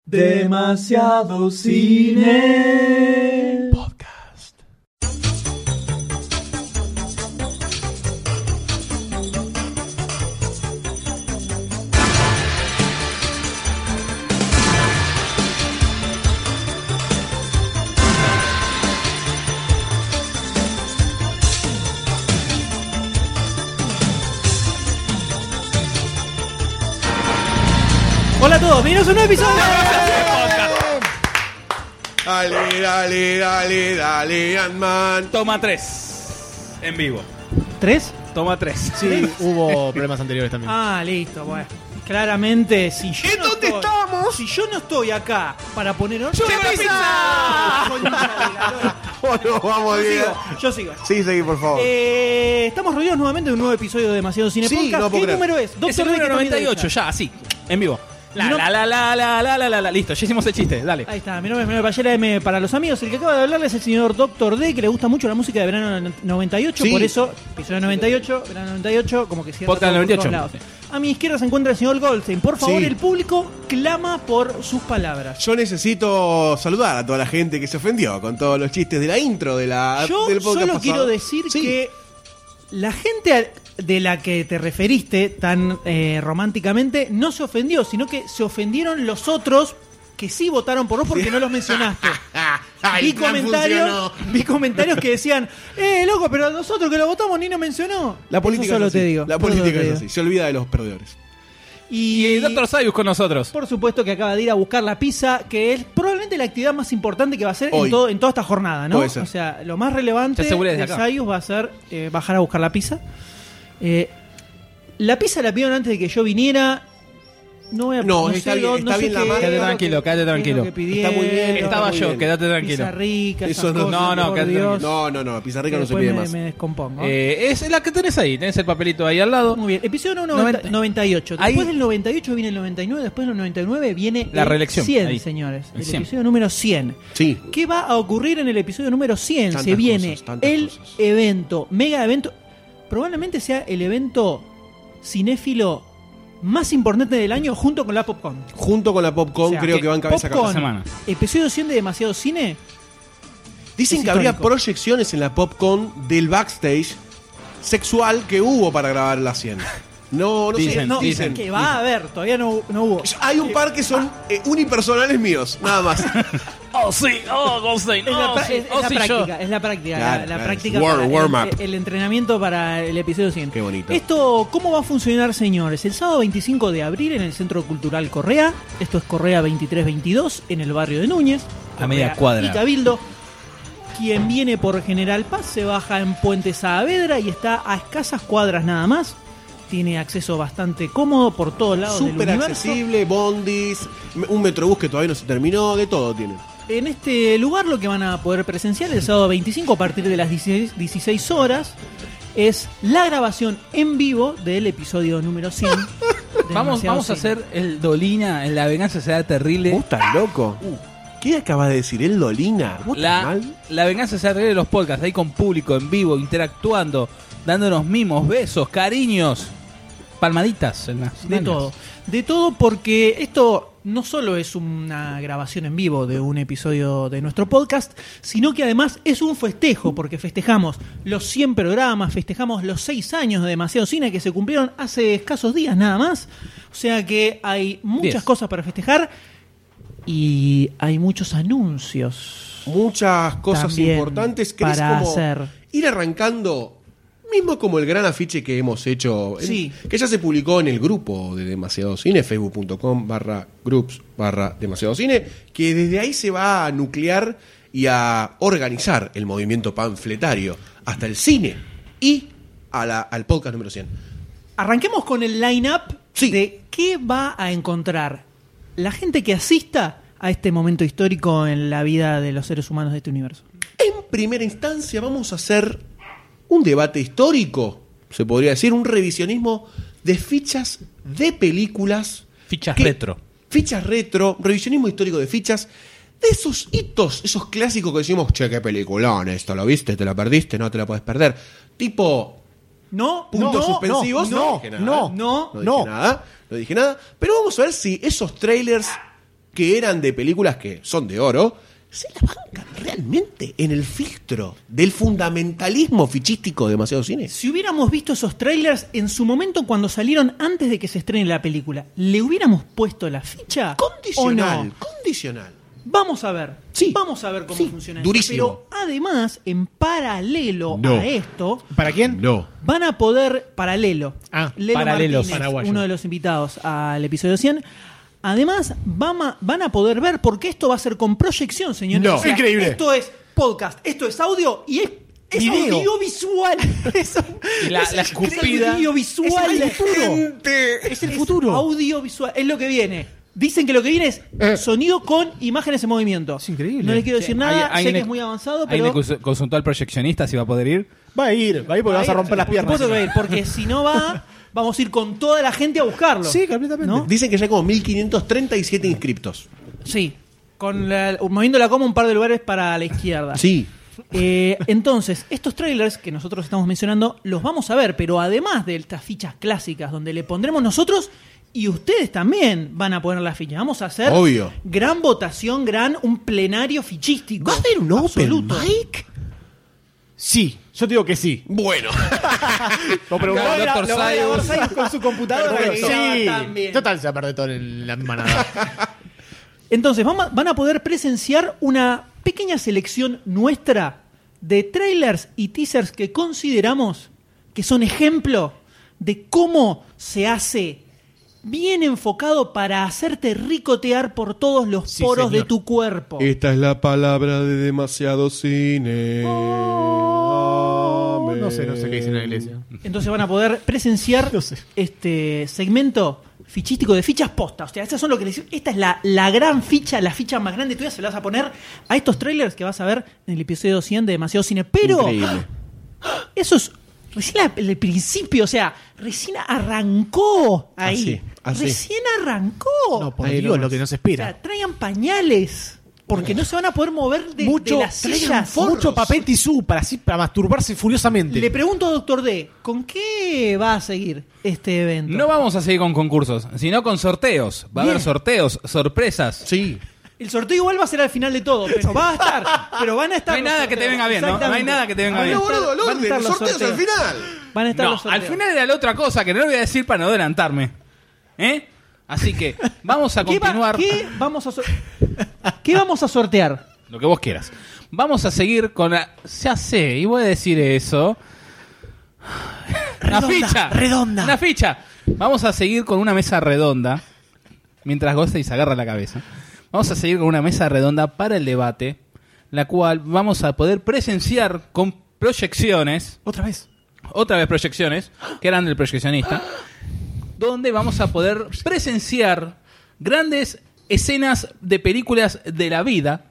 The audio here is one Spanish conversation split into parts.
Demasiado Cine Podcast. Hola a todos, bienvenidos a un nuevo episodio. Dale, Ant-Man. Toma 3 en vivo. ¿Tres? Toma 3. Sí, hubo problemas anteriores también. Ah, listo, bueno. Claramente, si yo ¿En no dónde estoy, estamos? si yo no estoy acá para poner orden. ¡Yo quiero pizza! Bueno, vamos bien. Yo sigo. Sí, seguí, por favor. Estamos reunidos nuevamente en un nuevo episodio de Demasiado Cine Sí, Podcast. no puedo ¿Qué creer. número es? Es el número 98, ya, así, en vivo. Listo, ya hicimos el chiste, dale. Ahí está, mi nombre es Manuel Payela M para los amigos. El que acaba de hablarles es el señor Dr. D, que le gusta mucho la música de Verano 98, Sí. por eso, episodio 98, Verano 98, como que cierra Podcast todo por 98. todos lados. A mi izquierda se encuentra el señor Goldstein. Por favor, Sí. el público clama por sus palabras. Yo necesito saludar a toda la gente que se ofendió con todos los chistes de la intro de Yo del podcast solo pasado. quiero decir Sí. que la gente de la que te referiste tan románticamente no se ofendió, sino que se ofendieron los otros que sí votaron por vos porque no los mencionaste. Ay, Vi el plan comentarios que decían, loco, pero nosotros que lo votamos ni nos mencionó. La política Eso solo es así. te digo. La Solo política te es digo. así. Se olvida de los perdedores. Y el Dr. Sayus con nosotros. Por supuesto que acaba de ir a buscar la pizza, que es probablemente la actividad más importante que va a hacer Hoy. en toda esta jornada, ¿no? Puede ser. O sea, lo más relevante Ya aseguré de desde acá. Sayus va a ser bajar a buscar la pizza. La pizza la pidieron antes de que yo viniera. No voy a No, sé está bien, no está sé bien la qué- marca. qué es lo Tranquilo, que- quédate qué es lo tranquilo. que pidieron. Está muy bien, Estaba muy yo, bien. quédate Pizza tranquilo. rica, esas Eso no- cosas, no, por quédate Dios. No, Pizza Rica no se Después pide me, más. me descompongo. Es la que tenés ahí, tenés el papelito ahí al lado. Muy bien, episodio 90. 98. Ahí- Después del 98 viene el 99, después del 99 viene La el reelección, 100, ahí. señores. El El 100. episodio número 100. Sí. ¿Qué va a ocurrir en el episodio número 100? Tantas Se viene cosas, tantas el cosas. evento, mega evento. Probablemente sea el evento cinéfilo más importante del año junto con la PopCon. Junto con la Popcorn, O sea, creo que que va en cabeza a Popcorn, cabeza. semana. Episodio 100 de Demasiado Cine. Dicen es que habría histórico. proyecciones en la Popcorn del backstage sexual que hubo para grabar la 100. No sé, Dicen, No, dicen. que va a haber, todavía no hubo. Hay un par que son unipersonales míos, nada más. Oh, sí, oh, Goldstein. Es la, Oh, pra- sí, es oh, la sí, práctica, es la práctica, Claro, la claro, práctica es para warm up. el entrenamiento para el episodio 100. Qué bonito. Esto, ¿cómo va a funcionar, señores? El sábado 25 de abril en el Centro Cultural Correa, esto es Correa 2322, en el barrio de Núñez. A media Correa cuadra. Y Cabildo. Quien viene por General Paz se baja en Puente Saavedra y está a escasas cuadras nada más. Tiene acceso bastante cómodo por todos lados del Súper universo. accesible, bondis, un metrobús que todavía no se terminó, de todo tiene. En este lugar lo que van a poder presenciar el sábado 25 a partir de las 16 horas es la grabación en vivo del episodio número 100. de Vamos Demasiado a Cine. hacer el Dolina, en la venganza será terrible. ¿Vos estás loco? ¿Qué acabas de decir? ¿El Dolina? ¿Vos estás mal? La venganza será terrible de los podcasts, ahí con público, en vivo, interactuando, dándonos mimos, besos, cariños, palmaditas en las De nalgas. todo. De todo porque esto no solo es una grabación en vivo de un episodio de nuestro podcast, sino que además es un festejo, porque festejamos los 100 programas, festejamos los 6 años de Demasiado Cine que se cumplieron hace escasos días nada más. O sea que hay muchas 10. cosas para festejar y hay muchos anuncios. Muchas cosas También importantes. ¿Querés para como hacer. ir arrancando? Mismo como el gran afiche que hemos hecho, Sí. que ya se publicó en el grupo de Demasiado Cine, facebook.com/groups/Demasiado Cine, que desde ahí se va a nuclear y a organizar el movimiento panfletario hasta el cine y al podcast número 100. Arranquemos con el line-up Sí. de qué va a encontrar la gente que asista a este momento histórico en la vida de los seres humanos de este universo. En primera instancia vamos a hacer un debate histórico, se podría decir, un revisionismo de fichas de películas. Fichas que- retro. Fichas retro, revisionismo histórico de fichas, de esos hitos, esos clásicos que decimos, che, qué peliculón esto, ¿lo viste? ¿Te la perdiste? No te la puedes perder. Tipo, No, puntos suspensivos. no, dije nada, no, no dije nada, pero vamos a ver si esos trailers que eran de películas que son de oro, se la bancan realmente en el filtro del fundamentalismo fichístico de demasiado cine. Si hubiéramos visto esos trailers en su momento cuando salieron antes de que se estrene la película, ¿le hubiéramos puesto la ficha? Condicional, ¿O no? condicional. Vamos a ver. Sí. Vamos a ver cómo Sí, funciona durísimo. esto. Pero además, en paralelo No. a esto, ¿Para quién? No. van a poder, paralelo, Lelo paralelos. Martínez, Paraguayo. uno de los invitados al episodio 100, además van a poder ver, porque esto va a ser con proyección, señores. No. Increíble. Esto es podcast, esto es audio y es Video. audiovisual. Y la escupida. Audiovisual. Es el futuro. Es el futuro. Audiovisual. Es lo que viene. Dicen que lo que viene es sonido con imágenes en movimiento. Es increíble. No les quiero decir nada, sé que es muy avanzado, ¿Alguien pero le consultó al proyeccionista si va a poder ir? Va a ir porque vas a romper las piernas. Por supuesto que va a ir, porque si no va, vamos a ir con toda la gente a buscarlo. Sí, completamente. ¿No? Dicen que ya hay como 1537 inscriptos. Sí, moviendo la coma un par de lugares para la izquierda. Sí. Entonces, estos trailers que nosotros estamos mencionando los vamos a ver, pero además de estas fichas clásicas donde le pondremos nosotros y ustedes también van a poner las fichas. Vamos a hacer Obvio. gran votación, un plenario fichístico. ¿Va a haber un absoluto. open mic? Sí, yo te digo que sí. Bueno. Lo pregunto. Claro, Dr. Lo va a grabar Sayus. Sayus con su computadora. que graba Sí. también. Total, se va a perder todo en la misma nada. Entonces, van a poder presenciar una pequeña selección nuestra de trailers y teasers que consideramos que son ejemplo de cómo se hace bien enfocado para hacerte ricotear por todos los Sí, poros señor. de tu cuerpo. Esta es la palabra de demasiado cine. Oh, Amén. no sé qué dice en la iglesia. Entonces van a poder presenciar No sé. este segmento fichístico de fichas postas. O sea, estas son lo que les esta es la gran ficha, la ficha más grande. Tú ya se la vas a poner a estos trailers que vas a ver en el episodio 100 de Demasiado Cine. Pero Increíble. eso es recién el principio, o sea, recién arrancó ahí. Así. Recién arrancó. No, por Ahí Dios, nomás. lo que nos O espera. sea, traigan pañales. Porque no se van a poder mover de las sillas. Mucho papel tisú para masturbarse furiosamente. Le pregunto a Doctor D, ¿con qué va a seguir este evento? No vamos a seguir con concursos, sino con sorteos. Va a Bien. haber sorteos, sorpresas. Sí. El sorteo igual va a ser al final de todo, pero va a estar. Pero van a estar. No hay los nada que te sorteos. venga bien, ¿no? No hay Exactamente. nada que te venga Van a bien. No, estar- boludo, el van a orden, estar los los sorteos al sorteos. final. Van a estar No, los sorteos. al final era la otra cosa que no lo voy a decir para no adelantarme. ¿Eh? Así que vamos a continuar. ¿Qué vamos a sortear? Lo que vos quieras. Vamos a seguir con la... Ya sé, y voy a decir eso. Una ficha. redonda. Una ficha. Vamos a seguir con una mesa redonda. Mientras Ghosty se agarra la cabeza. Vamos a seguir con una mesa redonda para el debate. La cual vamos a poder presenciar con proyecciones. Otra vez. Otra vez proyecciones. Que eran del proyeccionista. Donde vamos a poder presenciar grandes escenas de películas de la vida.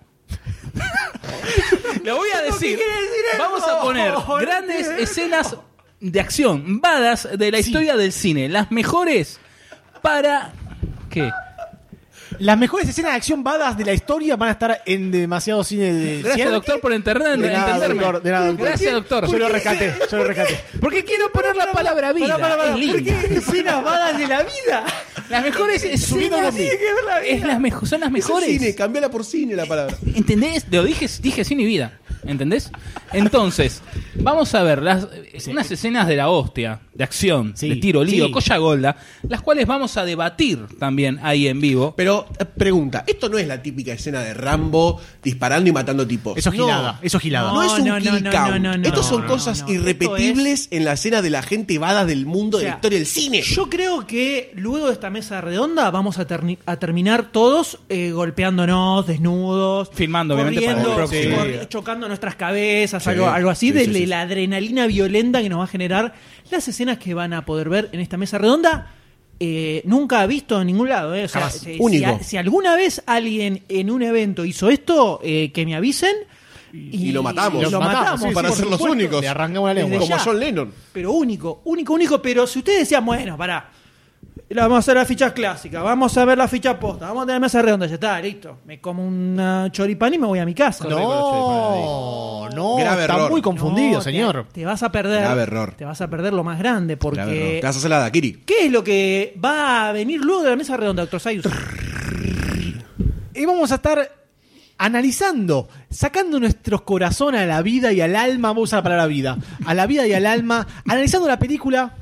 Lo voy a decir. Vamos a poner grandes escenas de acción, badas de la historia del cine. Las mejores para... ¿Qué? Las mejores escenas de acción badas de la historia van a estar en demasiado cine de Gracias, 100. doctor, por entenderme. De nada, doctor, de nada, doctor. Gracias, doctor. Yo lo rescaté. Porque quiero poner la palabra vida. Es linda. Escenas vagas de la vida. Las mejores Subiendo escenas con mí. son las mejores. Cine, cambiala por cine la palabra. ¿Entendés? Lo dije cine y vida. ¿Entendés? Entonces, vamos a ver unas escenas de la hostia, de acción, Sí, de tiro, lío, sí. colla golda, las cuales vamos a debatir también ahí en vivo. Pero, pregunta, esto no es la típica escena de Rambo disparando y matando tipos. Eso es No. gilada. Eso es gilada. No, es un No, kill no, count. no, no, Estos son no, cosas no, no. irrepetibles en la escena de la gente bada del mundo de la historia del cine. Yo creo que luego de esta mesa redonda vamos a terminar todos golpeándonos, desnudos, Filmando, obviamente, para el corriendo, próximo. chocando nuestras cabezas, Sí, algo así, sí, de sí, sí. la adrenalina violenta que nos va a generar las escenas que van a poder ver en esta mesa redonda. Nunca ha visto en ningún lado. O sea, Jamás. Único. si alguna vez alguien en un evento hizo esto, que me avisen. Y lo matamos. Lo matamos, sí, para por ser los supuesto. únicos. Le arrancamos la lengua. Desde Como ya. John Lennon. Pero único. Pero si ustedes decían, bueno, pará, vamos a hacer las fichas clásicas, vamos a ver la ficha posta, vamos a tener mesa redonda, ya está, listo. Me como una choripán y me voy a mi casa. No, Grave está error. muy confundido, No, señor. Te vas a perder. Grave error. Te vas a perder lo más grande, porque. Grave error. Te vas a hacer la Dakiri. ¿Qué es lo que va a venir luego de la mesa redonda, Dr. Sayus? Y vamos a estar analizando, sacando nuestros corazones a la vida y al alma, vamos a usar la palabra vida, a la vida y al alma, analizando la película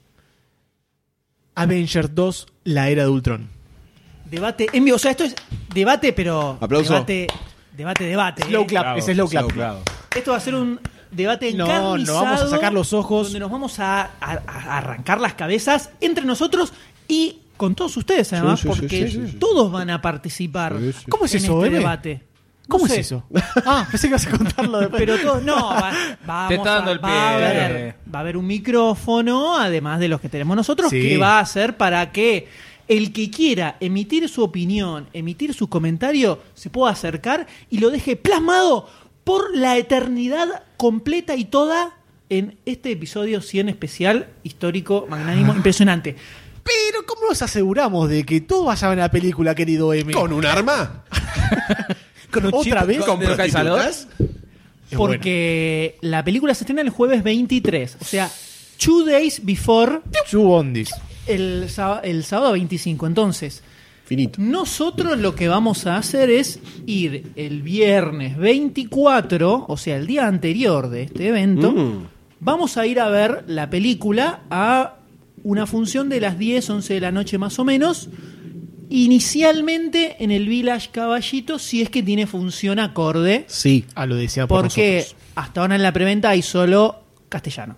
Avengers 2, la era de Ultron. Debate en vivo. O sea, esto es debate, pero. Aplauso. Debate. Slow clap, Bravo, ese es slow clap. bravo. Esto va a ser un debate No, encarnizado. no vamos a sacar los ojos. Donde nos vamos a arrancar las cabezas entre nosotros y con todos ustedes, además, Sí, sí, porque sí, sí. todos van a participar Sí, sí. ¿Cómo es en eso, este Eve? debate. ¿Cómo No es sé, eso? Pensé que ibas a contarlo después. Pero todos, no, vamos Te está dando el pie. va a haber un micrófono, además de los que tenemos nosotros, Sí. que va a ser para que el que quiera emitir su opinión, emitir su comentario, se pueda acercar y lo deje plasmado por la eternidad completa y toda en este episodio 100 especial, histórico, magnánimo, impresionante. Pero, ¿cómo nos aseguramos de que todos vayan a ver la película, querido M? ¿Con un arma? ¿Con otra vez? ¿Con ¿De Calzador? prostitutas? Es Porque la película se estrena el jueves 23, o sea, 2 days before Chu Bondis. el sábado 25. Entonces, Finito. nosotros lo que vamos a hacer es ir el viernes 24, o sea, el día anterior de este evento, vamos a ir a ver la película a una función de las 10, 11 de la noche más o menos, inicialmente en el Village Caballito, si es que tiene función acorde, Sí. Ah, lo decía por porque nosotros. hasta ahora en la preventa hay solo castellano.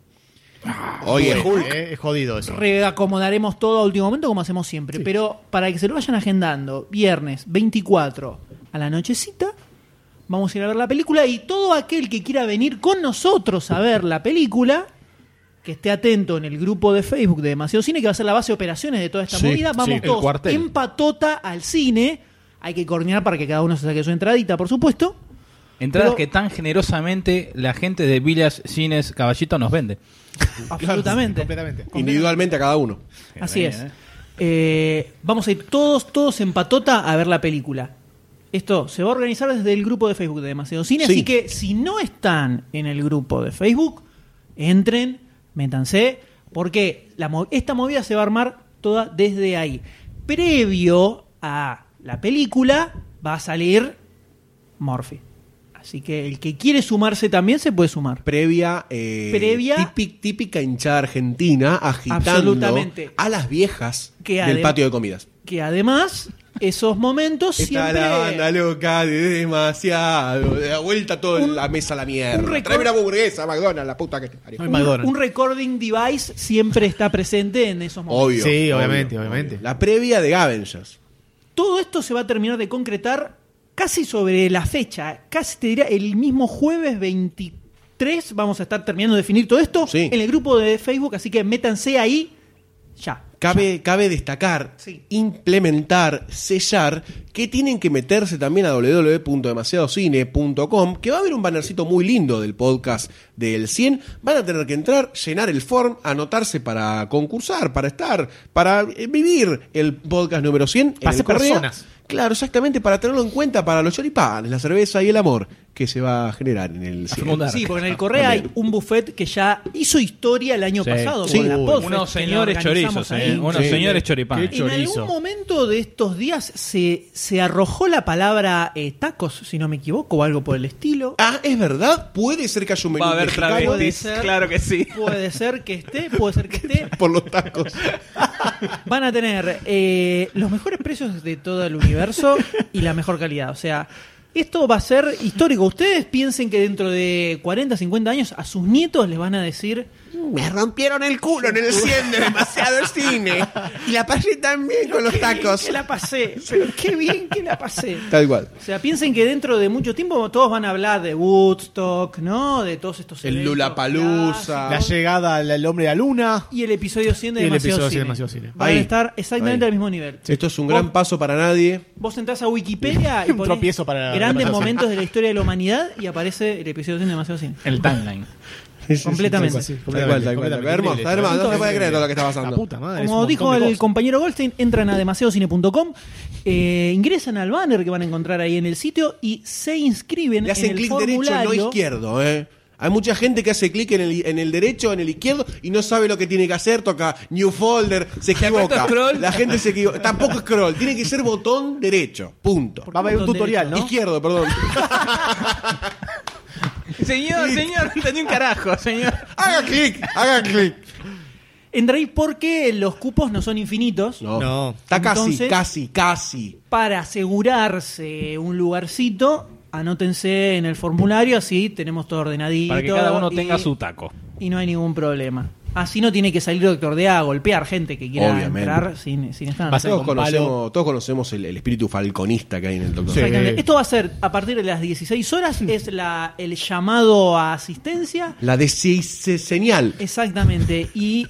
Oye, Hulk. Es jodido eso. Reacomodaremos todo a último momento como hacemos siempre, pero para que se lo vayan agendando, viernes 24 a la nochecita, vamos a ir a ver la película y todo aquel que quiera venir con nosotros a ver la película, que esté atento en el grupo de Facebook de Demasiado Cine, que va a ser la base de operaciones de toda esta Sí, movida, vamos el todos cuartel. en patota al cine, hay que coordinar para que cada uno se saque su entradita, por supuesto. Entradas Pero- que tan generosamente la gente de Villas Cines Caballito nos vende. Absolutamente. Completamente. Individualmente a cada uno. Así Bien, es. Vamos a ir todos en patota a ver la película. Esto se va a organizar desde el grupo de Facebook de Demasiado Cine, Sí. así que si no están en el grupo de Facebook, entren, métanse, porque esta movida se va a armar toda desde ahí. Previo a la película va a salir Murphy. Así que el que quiere sumarse también se puede sumar. Previa, Previa- típica hinchada argentina agitando Absolutamente. a las viejas Que del adem- patio de comidas. Que además, esos momentos Está siempre... la banda loca de demasiado. De la vuelta toda la mesa a la mierda. un récord- Tráeme una hamburguesa, McDonald's, la puta que te parió. Ay, McDonald's. un recording device siempre está presente en esos momentos. Obvio. Sí, obviamente. obvio. La previa de Avengers. Todo esto se va a terminar de concretar casi sobre la fecha, casi te diría el mismo jueves 23 vamos a estar terminando de definir todo esto Sí. en el grupo de Facebook, así que métanse ahí ya. Cabe destacar, Sí. implementar, sellar, que tienen que meterse también a www.demasiadocine.com, que va a haber un bannercito muy lindo del podcast del 100. Van a tener que entrar, llenar el form, anotarse para concursar, para estar, para vivir el podcast número 100. Para en ser el Correa. personas. Claro, exactamente, para tenerlo en cuenta para los choripanes, la cerveza y el amor que se va a generar en el 100. fecundar. Sí, porque en el Correa hay un buffet que ya hizo historia el año Sí. pasado. Sí. con la Uy, Podfest Unos que la señores organizamos chorizos, ahí. unos Sí. señores choripán. Qué En chorizo. algún momento de estos días se arrojó la palabra tacos, si no me equivoco, o algo por el estilo. Ah, ¿es verdad? ¿Puede ser que haya un menú Va a haber mexicano Puede travestis, ser. claro que sí. Puede ser que esté, puede ser que esté. por los tacos? Van a tener los mejores precios de todo el universo y la mejor calidad. O sea, esto va a ser histórico. Ustedes piensen que dentro de 40, 50 años a sus nietos les van a decir: Me rompieron el culo en el 100 de demasiado cine. Y la pasé también con los "Qué bien tacos. que la pasé, pero qué bien que la pasé". Tal cual. O sea, piensen que dentro de mucho tiempo todos van a hablar de Woodstock, ¿no? De todos estos El eventos Lollapalooza. La llegada al hombre a la luna. y el episodio 100 de Y el Demasiado episodio Cine. de Demasiado Cine. Van Ahí. a estar exactamente Ahí. al mismo nivel. Esto es un gran paso para nadie. Vos entrás a Wikipedia y Un ponés tropiezo para grandes Demasiado Cine. momentos de la historia de la humanidad y aparece el episodio 100 de Demasiado Cine. El timeline. Completamente. Sí, Tal cual, tal cual. Hermoso, está hermoso. No se puede creer todo lo que está La pasando. puta madre. es Como un dijo montón de el cosas. compañero Goldstein, entran a demasiadocine.com, ingresan al banner que van a encontrar ahí en el sitio y se inscriben Le hacen en el clic derecho, no formulario. izquierdo, Hay mucha gente que hace clic en el derecho, en el izquierdo y no sabe lo que tiene que hacer, toca New Folder, se equivoca. scroll. La gente se equivoca. Tampoco scroll, tiene que ser botón derecho. Punto. Va a haber un tutorial, ¿no? Izquierdo, perdón. Señor, no entendí un carajo, señor. Haga clic. En Drive porque los cupos no son infinitos. No. Está Entonces- casi. Para asegurarse un lugarcito, anótense en el formulario, así tenemos todo ordenadito. Para que cada uno y- tenga su taco. Y no hay ningún problema. Así no tiene que salir Doctor D a golpear gente que quiera Obviamente. entrar sin estar. Va a ser Todos con palo. conocemos el espíritu falconista que hay en el Doctor. Sí. Exactamente. Esto va a ser a partir de las 16 horas. Es el llamado a asistencia. La señal. Exactamente. Y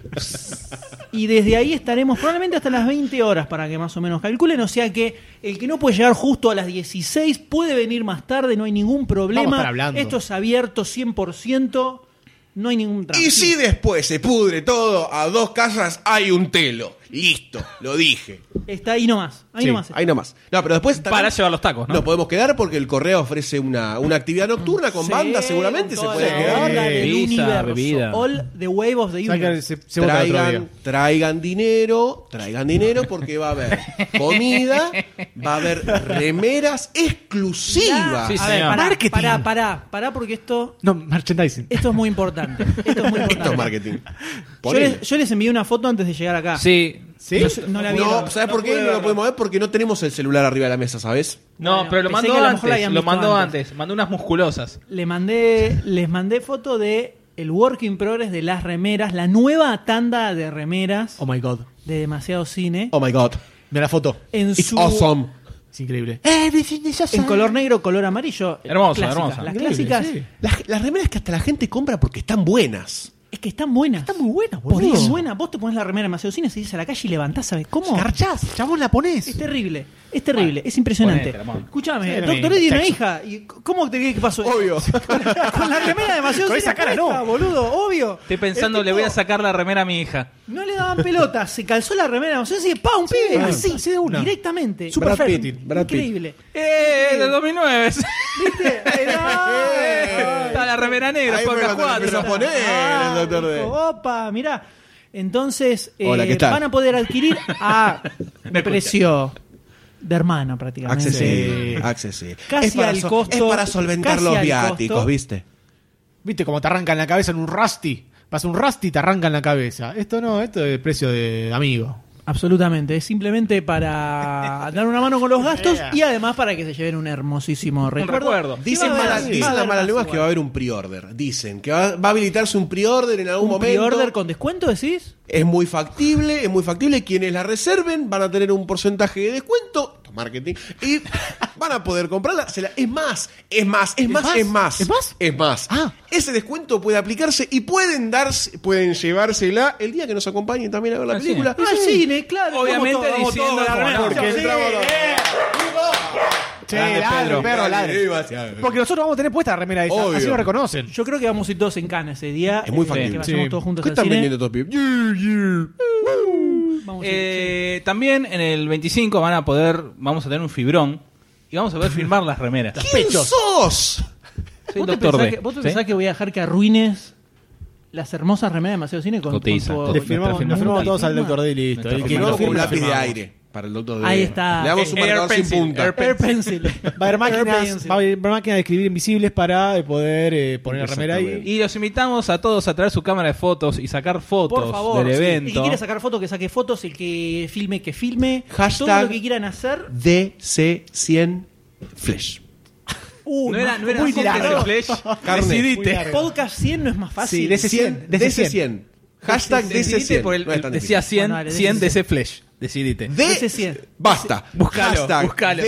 desde ahí estaremos probablemente hasta las 20 horas para que más o menos calculen. O sea que el que no puede llegar justo a las 16 puede venir más tarde, no hay ningún Vamos a problema. estar hablando. Esto es abierto 100%. No hay ningún drama. Y si después se pudre todo, a 2 casas hay un telo. Listo, lo dije. Está ahí nomás. Ahí Sí, nomás. está. Ahí nomás. No, pero después también Para llevar los tacos, ¿no? nos podemos quedar porque el correo ofrece una actividad nocturna con Sí, banda, seguramente con se toda puede la quedar. onda del Pizza, universo. bebida. All the wave of the O sea, que universe. se vota el otro día. Traigan dinero porque va a haber comida, va a haber remeras exclusivas. Sí, A ver, señor. pará, Marketing. pará, porque esto No, merchandising. es muy importante. Esto es muy importante. Esto es marketing. Yo Ponele. les envié una foto antes de llegar acá. Sí. ¿Sí? No la vieron. No, ¿sabes por qué no lo podemos ver? Porque no tenemos el celular arriba de la mesa, ¿sabes? No, Bueno, pero lo pensé mandó que a lo mejor la antes. habían Lo visto mandó antes. antes. Mandó unas musculosas. Les mandé foto de el work in progress de las remeras, la nueva tanda de remeras Oh my god. de Demasiado Cine. Oh my god. Mira la foto. En It's su awesome. Es increíble. en color negro, color amarillo. Hermosa, Clásicas. hermosa. Las Increíble, clásicas sí. Las remeras que hasta la gente compra porque están buenas. es que están buenas. Está muy buena, Por boludo. eso buena. Vos te pones la remera de Demasiado Cine, salís a la calle y levantás, ¿sabes cómo? Garchás, chabón, la ponés. Es terrible, es impresionante. ponete, hermano. Escúchame, Sí, Doctor no, D tiene una sexo. hija. ¿Y cómo te crees que pasó? Obvio. Con la remera de Demasiado Con Cine esa cara, puesta, no. boludo, obvio. Estoy pensando, El le voy a tipo sacar la remera a mi hija. No le daban pelota, se calzó la remera de Demasiado Cine, ¡pam! Un pibe, sí, así, de una. directamente. Super Brad Fett. Pitt, Brad Pitt. Increíble. Del 2009. ¿Viste? Está la remera negra, Ahí fue Podcast cuando empezó a 4. poner el Doctor D. Opa, mirá. Entonces, Hola, ¿qué tal? van a poder adquirir a precio de hermana prácticamente. Accesible. Casi es para al costo- es para solventar casi los al viáticos, costo. ¿viste? ¿Viste cómo te arrancan la cabeza en un Rusty? Pasa un Rusty y te arrancan la cabeza. Esto no, esto es el precio de amigo. Absolutamente, es simplemente para dar una mano con los gastos y además para que se lleven un hermosísimo recuerdo. Dicen, va a haber- dicen va a las haber malas más lenguas que igual. va a haber un pre-order. Dicen que va a habilitarse un pre-order en algún ¿Un momento. pre-order con descuento, decís? Es muy factible, es muy factible. Quienes la reserven van a tener un porcentaje de descuento. Esto es marketing. Y van a poder comprarla. Es más. Ah. Ese descuento puede aplicarse y pueden llevársela el día que nos acompañen también a ver la Al película. Al cine, claro. Obviamente Vamos todos, diciendo vamos todos, como no. porque Sí, entramos todos. Che, Grande ladre, Pedro. perro, ladre. Porque nosotros vamos a tener puesta la remera esa. Obvio. Así lo reconocen. Yo creo que vamos a ir todos en cana ese día. Es muy Que factible. vayamos Sí. todos juntos ¿Qué al están cine. vendiendo estos pibes? Vamos a ir, También en el 25 vamos a tener un fibrón y vamos a ver filmar las remeras. ¿Quién sos? Soy ¿Vos te Doctor pensás D. que- ¿Vos te ¿sí? pensás que voy a dejar que arruines las hermosas remeras de Demasiado Cine con Cotiza, tu- cotiza. Le firmamos firma. todos al Doctor D y listo. Nuestra El que Y firma. no luego con firma, un lápiz de firmamos. aire para el Doctor D. Ahí está. Le damos un Air marcador sin pencil, punta. Air Air Pencil. Va a haber máquinas, máquinas de escribir invisibles para poder poner la remera ahí. Exactamente. Y los invitamos a todos a traer su cámara de fotos y sacar fotos Por favor. del sí. evento. El que quiera sacar fotos, que saque fotos. El que filme, que filme. Hashtag Todo lo que quieran hacer. DC100 Flash. No era muy muy largo. Flash. Carne. Decidite. Podcast 100 no es más fácil. Sí, DC100. DC100. Hashtag Decidite DC100. por el, No es tan decía difícil. 100, Bueno, dale, 100 DC100. DC Flash. Decidite. DC100. Basta. Búscalo, Hashtag búscalo.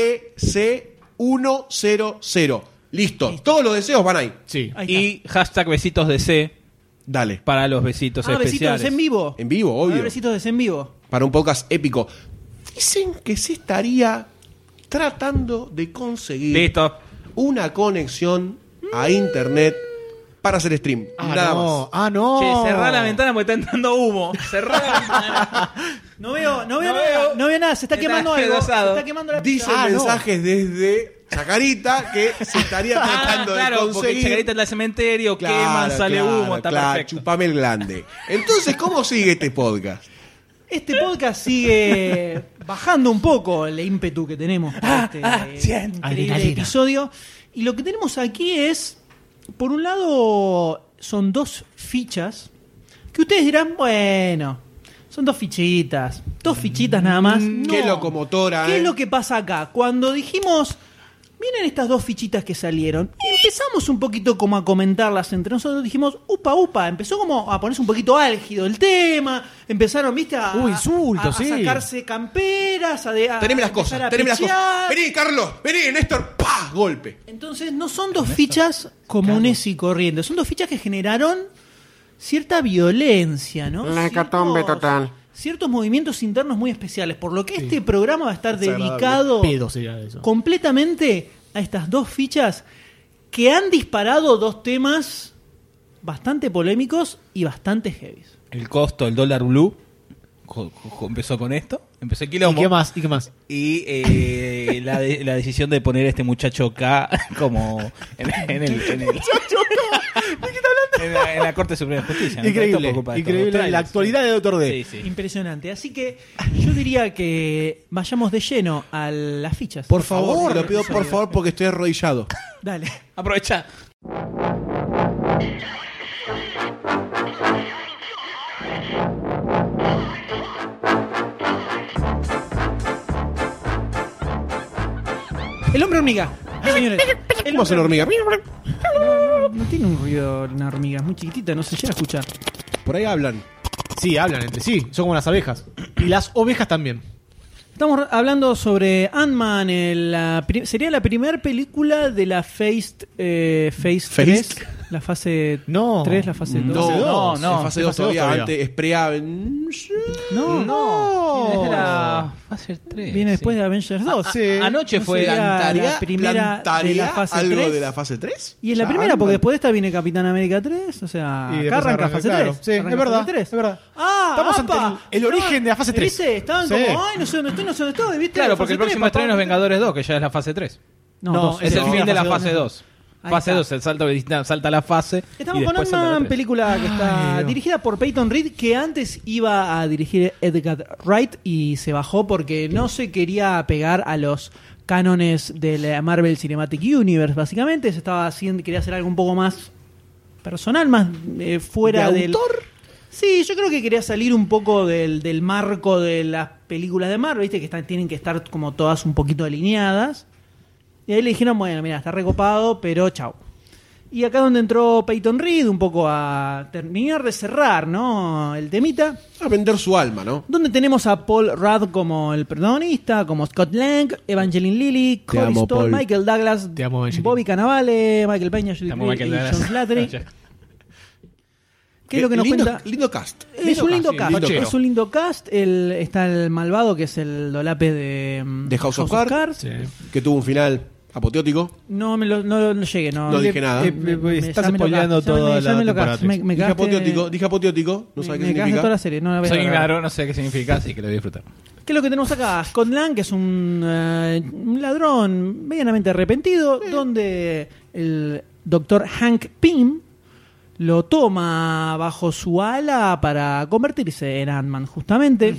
DC100. Listo. Todos los deseos van ahí. Sí. Ahí Y hashtag besitos DC Dale. para los besitos besitos especiales. en vivo. En vivo, Va a haber obvio. Besitos en vivo. Para un podcast épico. Dicen que se estaría tratando de conseguir Listo. una conexión a internet para hacer stream. Nada más. Ah, no. Che, cerrá la ventana porque está entrando humo. Cerrá la ventana. No veo veo. nada, se está Está quemando algo. Se despedazado. está quemando la Dicen Ah, no. mensajes desde Chacarita que se estaría tratando de porque conseguir. Chacarita en el cementerio, queman, sale humo, está perfecto. Chupame el glande. Entonces, ¿cómo sigue este podcast? Este podcast sigue bajando un poco el ímpetu que tenemos para este increíble Adrenalina. episodio. Y lo que tenemos aquí es, por un lado, son 2 fichas que ustedes dirán, bueno, son 2 fichitas. 2 fichitas nada más. Qué No. locomotora, ¿Qué ¿eh? es lo que pasa acá? Cuando dijimos, miren estas 2 fichitas que salieron, y empezamos un poquito como a comentarlas entre nosotros, dijimos, upa, empezó como a ponerse un poquito álgido el tema, empezaron, viste, a, insultos, a sí. sacarse camperas, a Teneme las empezar cosas, a teneme las cosas. pichear. Vení, Carlos, vení, Néstor, ¡pah! Golpe. Entonces no son 2 fichas comunes y corrientes, son 2 fichas que generaron cierta violencia, ¿no? La hecatombe total. Ciertos movimientos internos muy especiales, por lo que este programa va a estar Desagradable. dedicado Pedo sería eso. completamente a estas 2 fichas que han disparado 2 temas bastante polémicos y bastante heavies. El costo del dólar blue empezó con esto, empezó el quilombo. ¿Y qué más? ¿Y qué más? Y la decisión de poner a este muchacho K como en la Corte Suprema de Justicia. ¿no? Todo por Increíble, culpa de increíble. estos La trailers. actualidad de Doctor D. Sí, sí. Impresionante. Así que yo diría que vayamos de lleno a las fichas. Por favor, del lo pido por episodio. favor porque estoy arrodillado. Dale. Aprovecha. El hombre hormiga. Señores, el ¿Cómo hace una hormiga? no tiene un ruido una hormiga, es muy chiquitita, no se llega a escuchar. Por ahí hablan. Sí, hablan entre sí. Son como las abejas. Y las ovejas también. Estamos hablando sobre Ant-Man, sería la primera película de la Phase 3, la fase No. 3, la fase 2. No, En fase 2 todavía. todavía. Antes, Esprea. No, Viene de la fase 3. viene después de Avengers 2. Anoche ¿No fue sería la primera de la ¿Plantaría fase algo 3? de la fase 3? Y es la primera, porque después de esta viene Capitán América 3, o sea, Y acá después arranca arranca, fase claro. 3. Sí, arranca es verdad, fase 3. es verdad. Ah, Estamos apa. ante el origen de la fase 3. ¿Viste? Estaban Sí. como, ay, no sé dónde estoy, no sé dónde estoy, ¿viste? Claro, Fase porque el 3, próximo papá. estreno es Vengadores 2, que ya es la fase 3. No, Es el fin de la fase fase 2. Ahí Fase está. 2, el salta la fase. Estamos y con después salta la una 3. película que está Ay, Dios. dirigida por Peyton Reed, que antes iba a dirigir Edgar Wright y se bajó porque no se quería pegar a los cánones de la Marvel Cinematic Universe, básicamente. Se estaba haciendo, quería hacer algo un poco más personal, más fuera ¿De del... autor? Sí, yo creo que quería salir un poco del marco de las películas de Marvel, viste que tienen que estar como todas un poquito alineadas. Y ahí le dijeron, bueno, mira, está recopado, pero chau. Y acá donde entró Peyton Reed, un poco a terminar de cerrar, ¿no? El temita. A vender su alma, ¿no? Donde tenemos a Paul Rudd como el protagonista, como Scott Lang, Evangeline Lilly, Corey amo, Stoll, Paul. Michael Douglas, Te amo, Evangeline. Bobby Cannavale, Michael Peña, Judy Te amo, Greer Michael y Douglas. John Slattery. ¿Qué es lo que nos lindo, cuenta? lindo cast. Es un lindo sí, cast. lindo Es un lindo cast. Está el malvado, que es el dolape de House of Cards. Sí. Que tuvo un final apoteótico. No no llegué. No dije nada. Estás ya me lo spoileando cagaste, toda ya la me lo temporada cagaste, me Dije cagaste- apoteótico. No sabe qué me cagaste significa. toda la serie. No la voy a Soy ver. claro, no sé qué significa, así que lo voy a disfrutar. ¿Qué es lo que tenemos acá? Scott Lang, que es un ladrón medianamente arrepentido, donde el doctor Hank Pym lo toma bajo su ala para convertirse en Ant-Man, justamente.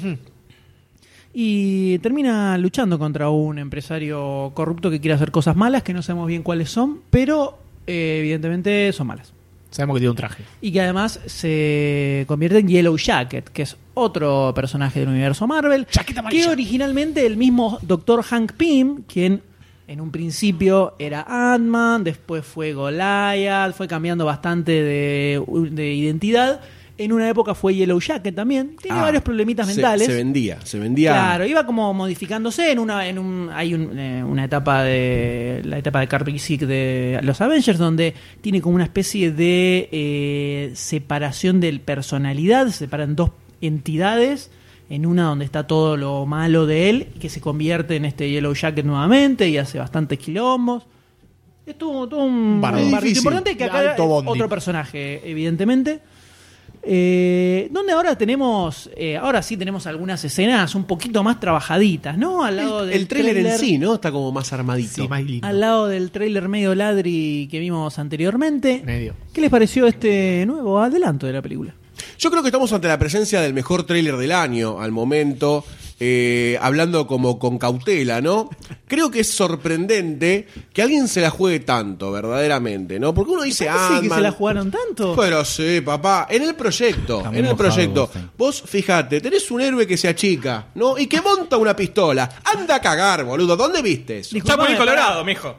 Y termina luchando contra un empresario corrupto que quiere hacer cosas malas, que no sabemos bien cuáles son, pero evidentemente son malas. Sabemos que tiene un traje. Y que además se convierte en Yellow Jacket, que es otro personaje del universo Marvel. Chaqueta amarilla. Que originalmente el mismo Dr. Hank Pym, quien en un principio era Ant-Man, después fue Goliath, fue cambiando bastante de identidad. En una época fue Yellow Jacket también. Tiene varios problemitas mentales. Se vendía. Claro, iba como modificándose hay una etapa de la etapa de Kirby Sick de los Avengers donde tiene como una especie de separación de personalidad, se separan 2 entidades, en una donde está todo lo malo de él, que se convierte en este Yellow Jacket nuevamente y hace bastantes quilombos. Es todo un Bardo. barrito Difícil. importante que acá Alto es bondi. otro personaje, evidentemente. Donde ahora tenemos, ahora sí tenemos algunas escenas un poquito más trabajaditas, ¿no? Al lado del El tráiler en sí, ¿no? Está como más armadito. Sí, más lindo. Al lado del tráiler medio ladri que vimos anteriormente. Medio. ¿Qué les pareció este nuevo adelanto de la película? Yo creo que estamos ante la presencia del mejor tráiler del año al momento, hablando como con cautela, ¿no? Creo que es sorprendente que alguien se la juegue tanto, verdaderamente, ¿no? Porque uno dice, ¿Sí que se la jugaron tanto? Pero sí, papá, en el proyecto, Está muy en el mojado, proyecto, sí. vos fíjate, tenés un héroe que se achica, ¿no? Y que monta una pistola. Anda a cagar, boludo, ¿dónde viste eso? Disculpame, Chapulín Colorado, pará. mijo.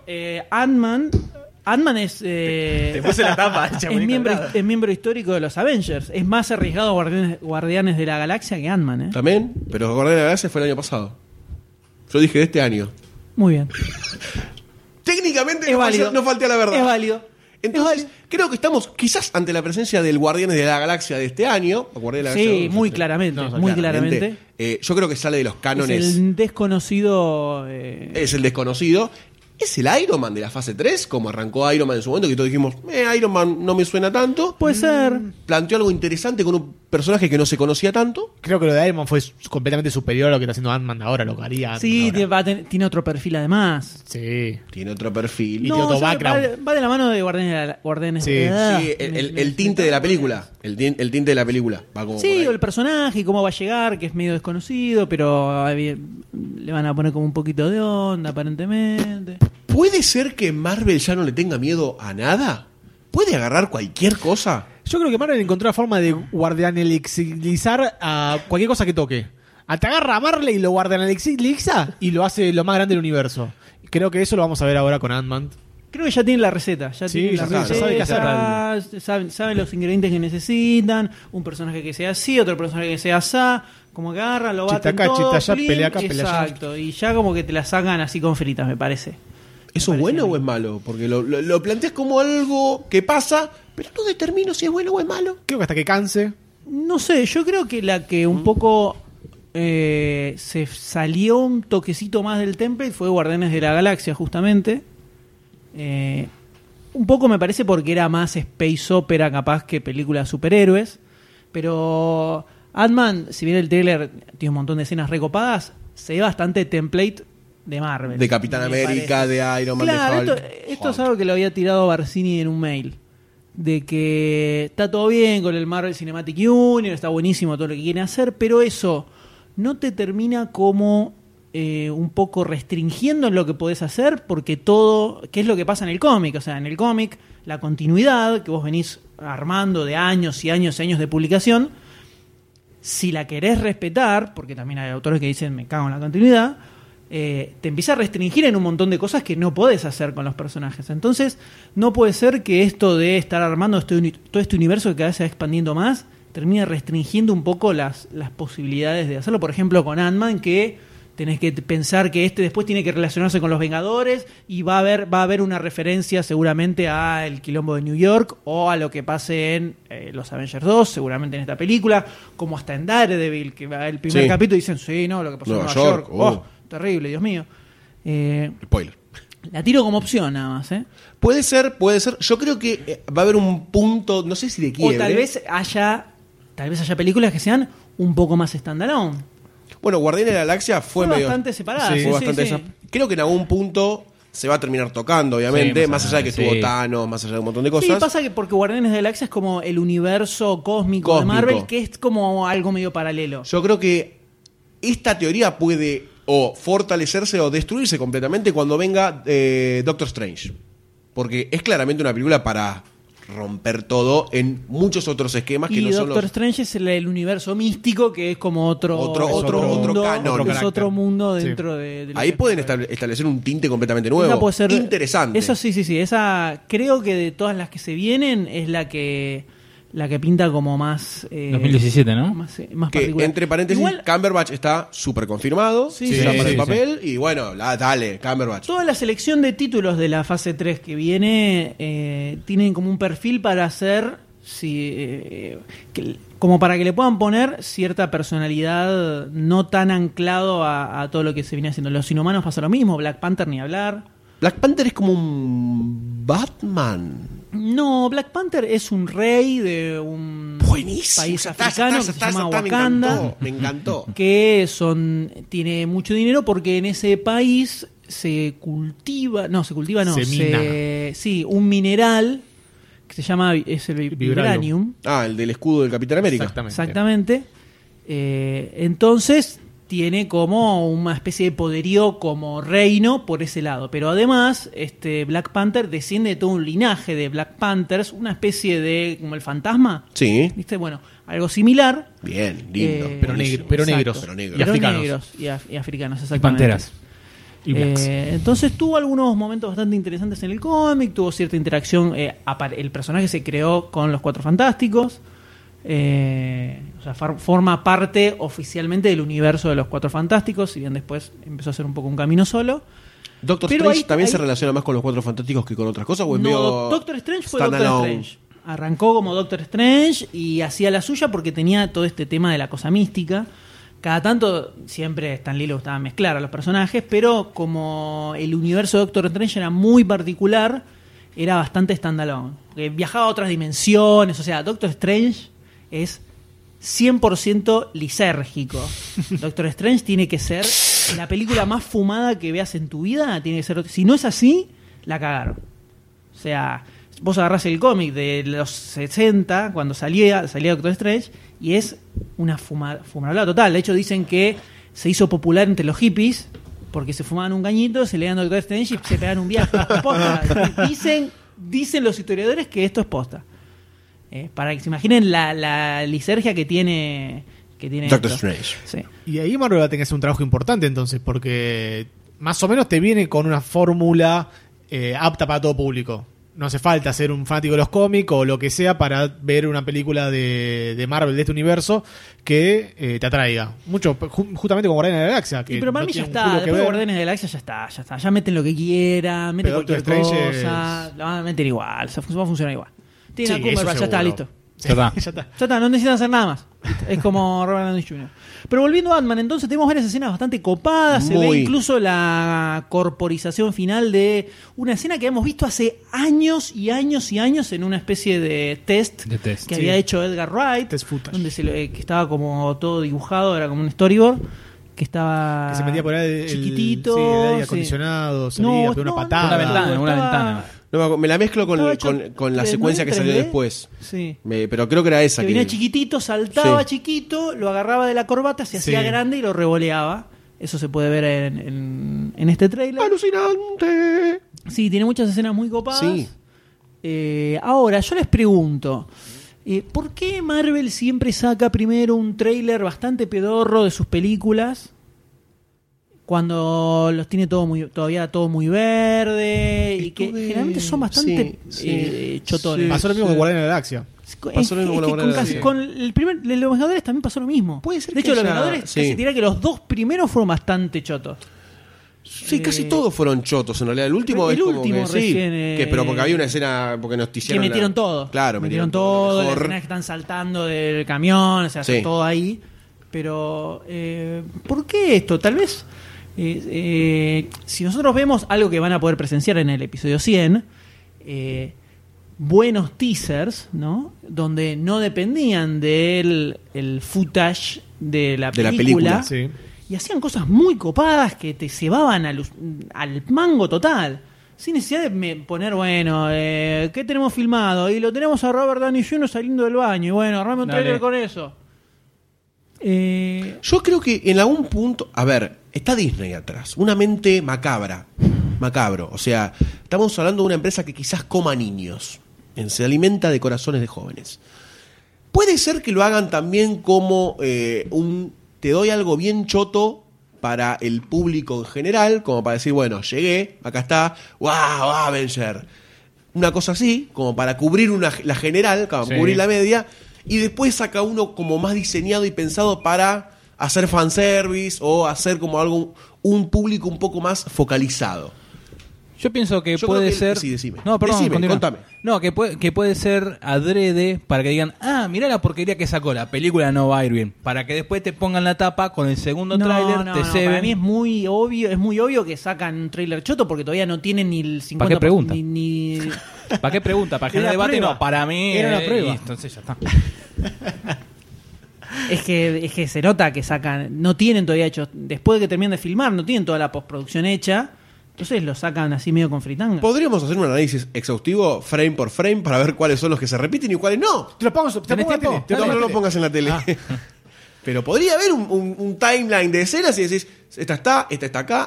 Ant-Man es, Te puse la tapa. es miembro histórico de los Avengers. Es más arriesgado Guardianes de la Galaxia que Ant-Man, ¿eh? También, pero Guardianes de la Galaxia fue el año pasado. Yo dije de este año. Muy bien. Técnicamente Es válido. no falté a la verdad. Es válido. Entonces, creo que estamos quizás ante la presencia del Guardianes de la Galaxia de este año. Guardianes de la Sí, Galaxia 2, muy este. claramente. No, muy claramente. Yo creo que sale de los Es cánones. el desconocido. Es el desconocido. ¿Es el Iron Man de la fase 3? Como arrancó Iron Man en su momento, que todos dijimos, Iron Man no me suena tanto. Puede ser. Planteó algo interesante con un personaje que no se conocía tanto. Creo que lo de Iron Man fue completamente superior a lo que está haciendo Ant-Man ahora, lo que haría Sí, Ant-Man ahora. tiene otro perfil además. Sí. Tiene otro perfil. Y tiene otro o sea, background. va de la mano de Guardianes Sí. de la Sí, el tinte de la película. El tinte de la película. Va como por Sí, ahí. o el personaje y cómo va a llegar, que es medio desconocido, pero le van a poner como un poquito de onda, aparentemente. ¿Puede ser que Marvel ya no le tenga miedo a nada? ¿Puede agarrar cualquier cosa? Yo creo que Marvel encontró la forma de guardianelixizar a cualquier cosa que toque. Te agarra a Marley y lo guardianelixa y lo hace lo más grande del universo. Creo que eso lo vamos a ver ahora con Ant-Man. Creo que ya tienen la receta. Ya Sí, tienen ya la está, ya sabe qué hacer. saben los ingredientes que necesitan. Un personaje que sea así, otro personaje que sea asá. Como que agarran, lo baten Chita acá, todo. chita allá, plin, pelea acá, pelea allá. Exacto. Y ya como que te la sacan así con fritas, me parece. ¿Eso es bueno o es malo? Porque lo planteas como algo que pasa, pero no determino si es bueno o es malo. Creo que hasta que canse. No sé, yo creo que la que un poco se salió un toquecito más del template fue Guardianes de la Galaxia, justamente. Un poco me parece porque era más space opera capaz que película de superhéroes. Pero Ant-Man, si bien el trailer tiene un montón de escenas recopadas, se ve bastante template de Marvel. De Capitán me América, parece. de Iron Man, Claro, de Hulk. esto es algo que lo había tirado Barcini en un mail. De que está todo bien con el Marvel Cinematic Universe, está buenísimo todo lo que quieren hacer, pero eso no te termina como un poco restringiendo en lo que podés hacer, porque todo, ¿qué es lo que pasa en el cómic? O sea, en el cómic, la continuidad que vos venís armando de años y años y años de publicación, si la querés respetar, porque también hay autores que dicen me cago en la continuidad, te empieza a restringir en un montón de cosas que no podés hacer con los personajes. Entonces, no puede ser que esto de estar armando todo este universo que cada vez se va expandiendo más, termine restringiendo un poco las posibilidades de hacerlo. Por ejemplo, con Ant-Man, que tenés que pensar que después tiene que relacionarse con los Vengadores y va a haber una referencia seguramente a el quilombo de New York o a lo que pase en los Avengers 2, seguramente en esta película, como hasta en Daredevil, que va el primer Sí. capítulo y dicen, sí, no, lo que pasó en Nueva Nueva York, York. Oh, terrible, Dios mío. Spoiler. La tiro como opción nada más, ¿eh? Puede ser. Yo creo que va a haber un punto, no sé si de quiebre. O tal vez haya películas que sean un poco más standalone. Bueno, Guardianes de la Galaxia fue medio... bastante separada. Sí, fue bastante esa- Creo que en algún punto se va a terminar tocando, obviamente, Sí, más allá de que sí. estuvo Thanos, más allá de un montón de Sí, cosas. pasa que porque Guardianes de la Galaxia es como el universo cósmico de Cósmico. Marvel, que es como algo medio paralelo. Yo creo que esta teoría puede o fortalecerse o destruirse completamente cuando venga Doctor Strange. Porque es claramente una película para romper todo en muchos otros esquemas que Y no son Doctor los... Strange es el universo místico, que es como otro canon. mundo, Otro es carácter. otro mundo Sí. dentro de lo Ahí que es pueden Marvel. establecer un tinte completamente nuevo. Esa puede ser interesante. Eso sí. Esa creo que de todas las que se vienen es la que pinta como más 2017, ¿no? más Que, particular. entre paréntesis, Igual, Cumberbatch está súper confirmado. Sí, está sí, para el sí, papel. Y bueno, dale, Cumberbatch. toda la selección de títulos de la fase 3 que viene tienen como un perfil para hacer como para que le puedan poner cierta personalidad no tan anclado a todo lo que se viene haciendo. Los Inhumanos pasa lo mismo, Black Panther ni hablar. Black Panther es como un Batman. No, Black Panther es un rey de un Buenísimo. país Ya está, africano ya que está, se llama ya está, Wakanda. Me encantó. Que tiene mucho dinero porque en ese país se cultiva, no, sí, un mineral que se llama, es el vibranium. El del escudo del Capitán América. Exactamente. Entonces tiene como una especie de poderío como reino por ese lado. Pero además, Black Panther desciende de todo un linaje de Black Panthers, una especie de, como el fantasma. Sí. ¿Viste? Bueno, algo similar. Bien, lindo. Pero Exacto. negros. Pero negros. Y africanos. Negros y africanos, Y exactamente. panteras. Y blacks. Entonces tuvo algunos momentos bastante interesantes en el cómic, tuvo cierta interacción, el personaje se creó con los Cuatro Fantásticos, o sea, forma parte oficialmente del universo de los Cuatro Fantásticos, si bien después empezó a hacer un poco un camino solo. ¿Doctor Pero Strange ahí- también ahí- se relaciona más con los Cuatro Fantásticos que con otras cosas? ¿O es No, medio Doctor Strange fue Doctor standalone? Strange. Arrancó como Doctor Strange y hacía la suya porque tenía todo este tema de la cosa mística. Cada tanto siempre Stan Lee le gustaba mezclar a los personajes, pero como el universo de Doctor Strange era muy particular, era bastante standalone. Viajaba a otras dimensiones, o sea, Doctor Strange es 100% lisérgico. Doctor Strange tiene que ser la película más fumada que veas en tu vida, tiene que ser. Si no es así, la cagaron. O sea, vos agarrás el cómic de los 60, cuando salía Doctor Strange, y es una fumarola total. De hecho, dicen que se hizo popular entre los hippies porque se fumaban un cañito, se leían Doctor Strange y se pegaban un viaje. Posta. Dicen los historiadores que esto es posta. Para que se imaginen la lisergia que tiene Doctor esto. Strange. Sí. Y ahí Marvel va a tener que hacer un trabajo importante entonces, porque más o menos te viene con una fórmula apta para todo público. No hace falta ser un fanático de los cómics o lo que sea para ver una película de Marvel de este universo que te atraiga. Mucho, justamente con Guardianes de la Galaxia. Que Y pero para no mí ya tiene un está. culo que Después de ver. Guardianes de la Galaxia ya está. Ya meten lo que quieran, meten Pero cualquier Doctor Strange cosa. Lo van a meter igual. Va a funcionar igual. Tiene Sí, a Cumberbatch, eso ya está, seguro. listo. Sí, Ya está. ya está. Ya está, no necesitan hacer nada más. Es como Robert Downey Jr. Pero volviendo a Ant-Man, entonces tenemos varias escenas bastante copadas. Se ve Muy. incluso la corporización final de una escena que hemos visto hace años y años y años en una especie de test, De test, que sí. había hecho Edgar Wright, Test footage. donde que estaba como todo dibujado, era como un storyboard, que estaba Que se metía por ahí chiquitito. el aire sí. acondicionado, salía, pegó una patada. Una ventana, una estaba- ventana. No, me la mezclo con estaba hecho la de- secuencia ¿no que en salió 3D? después. Sí. Pero creo que era esa. Que venía chiquitito, saltaba chiquito, lo agarraba de la corbata, se hacía Sí. grande y lo revoleaba. Eso se puede ver en este trailer. ¡Alucinante! Sí, tiene muchas escenas muy copadas. Sí. Ahora, yo les pregunto, ¿por qué Marvel siempre saca primero un trailer bastante pedorro de sus películas? Cuando los tiene todavía todo muy verde y que generalmente son bastante chotones. Pasó lo mismo con Guardianes de la Galaxia. Pasó lo mismo con la Guardianes de la Galaxia. Con el primer de los Vengadores también pasó lo mismo. Puede ser de que hecho, los haya- Vengadores sí. casi diría que los dos primeros fueron bastante chotos. Sí, casi todos fueron chotos en realidad. El último El es como último que sí. recién, Que, pero porque había una escena, porque nos Que hicieron metieron todo. Claro, metieron todo. Las Mejor. escenas que están saltando del camión, o sea, Sí. todo ahí. Pero, ¿por qué esto? Tal vez, si nosotros vemos algo que van a poder presenciar en el episodio 100, buenos teasers, ¿no? Donde no dependían del el footage de la De la película. película, Sí. Y hacían cosas muy copadas que te cebaban al mango total. Sin necesidad de poner, bueno, ¿qué tenemos filmado? Y lo tenemos a Robert Downey Jr. saliendo del baño. Y bueno, armame un Dale. trailer con eso. Yo creo que en algún punto, a ver, está Disney atrás, una mente macabro, o sea, estamos hablando de una empresa que quizás coma niños, se alimenta de corazones de jóvenes. Puede ser que lo hagan también como te doy algo bien choto para el público en general, como para decir, bueno, llegué, acá está, wow, Avenger. Una cosa así, como para cubrir la general, para Sí. cubrir la media, y después saca uno como más diseñado y pensado para hacer fanservice o hacer como algo, un público un poco más focalizado. Yo pienso que Yo puede creo que- ser. sí, decime. No, perdón, Decime, continúa. contame. No, que puede ser adrede para que digan, mirá la porquería que sacó, la película no va a ir bien. Para que después te pongan la tapa con el segundo tráiler, te ceben. Para mí es muy obvio que sacan un tráiler choto porque todavía no tienen ni el 50%. ¿Para qué pregunta? Ni... ¿Para qué pregunta? ¿Para generar Era debate? prueba. No, para mí. Era la prueba. y entonces ya está. Es que se nota que sacan, no tienen todavía hecho, después de que terminan de filmar, no tienen toda la postproducción hecha, entonces lo sacan así medio con fritanga. Podríamos hacer un análisis exhaustivo frame por frame para ver cuáles son los que se repiten y cuáles no. Te lo pongo, te ¿Tenés pongo en la tiempo? tele, te No, pongo en no la lo tele. pongas en la tele. Pero podría haber un timeline de escenas y decís, esta está acá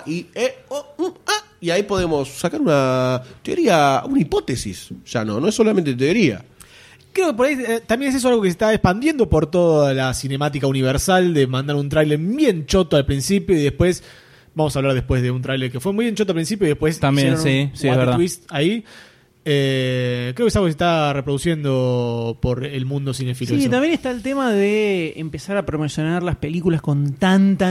y ahí podemos sacar una teoría, una hipótesis. Ya no es solamente teoría. Creo que por ahí también es eso algo que se está expandiendo por toda la cinemática universal de mandar un tráiler bien choto al principio y después vamos a hablar después de un tráiler que fue muy bien choto al principio y después También, hicieron sí, un es verdad. twist ahí. Creo que es algo que se está reproduciendo por el mundo cinéfilo. Sí, eso. también está el tema de empezar a promocionar las películas con tanta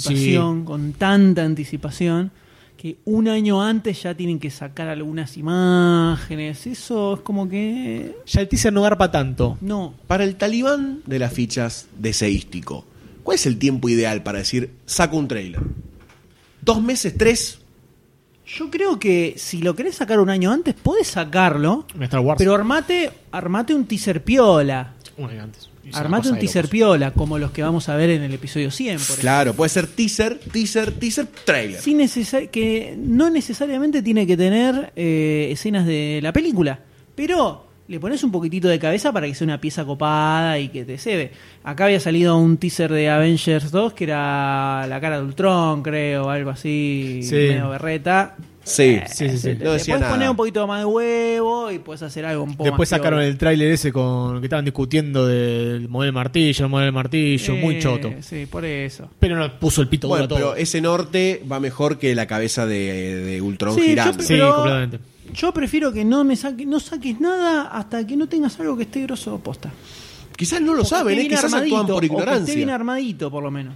anticipación, que un año antes ya tienen que sacar algunas imágenes. Eso es como que... Ya el teaser no garpa tanto. No. Para el talibán de las fichas deseístico, ¿cuál es el tiempo ideal para decir, saco un trailer? ¿2 meses, 3? Yo creo que si lo querés sacar un año antes, podés sacarlo, En Star Wars. pero armate un teaser piola. Un año antes. Es una Armate cosa un de teaser locos. piola, como los que vamos a ver en el episodio 100, por ejemplo. Claro, puede ser teaser, trailer. Que no necesariamente tiene que tener escenas de la película, pero le pones un poquitito de cabeza para que sea una pieza copada y que te cebe. Acá había salido un teaser de Avengers 2 que era la cara de Ultron, creo, algo así, Sí. medio berreta. Sí, Sí. No Le decía puedes nada. poner un poquito más de huevo y puedes hacer algo un poco Después más sacaron piola. el tráiler ese con que estaban discutiendo del modelo martillo, muy choto. Sí, por eso. Pero no puso el pito duro Bueno, a todo. pero ese norte va mejor que la cabeza de Ultron Sí, girando. Sí, pero- completamente. Yo prefiero que no saques nada hasta que no tengas algo que esté grosso posta. Quizás no lo O que saben, esté bien quizás actúan armadito, por o que esté bien ignorancia. armadito, por lo menos.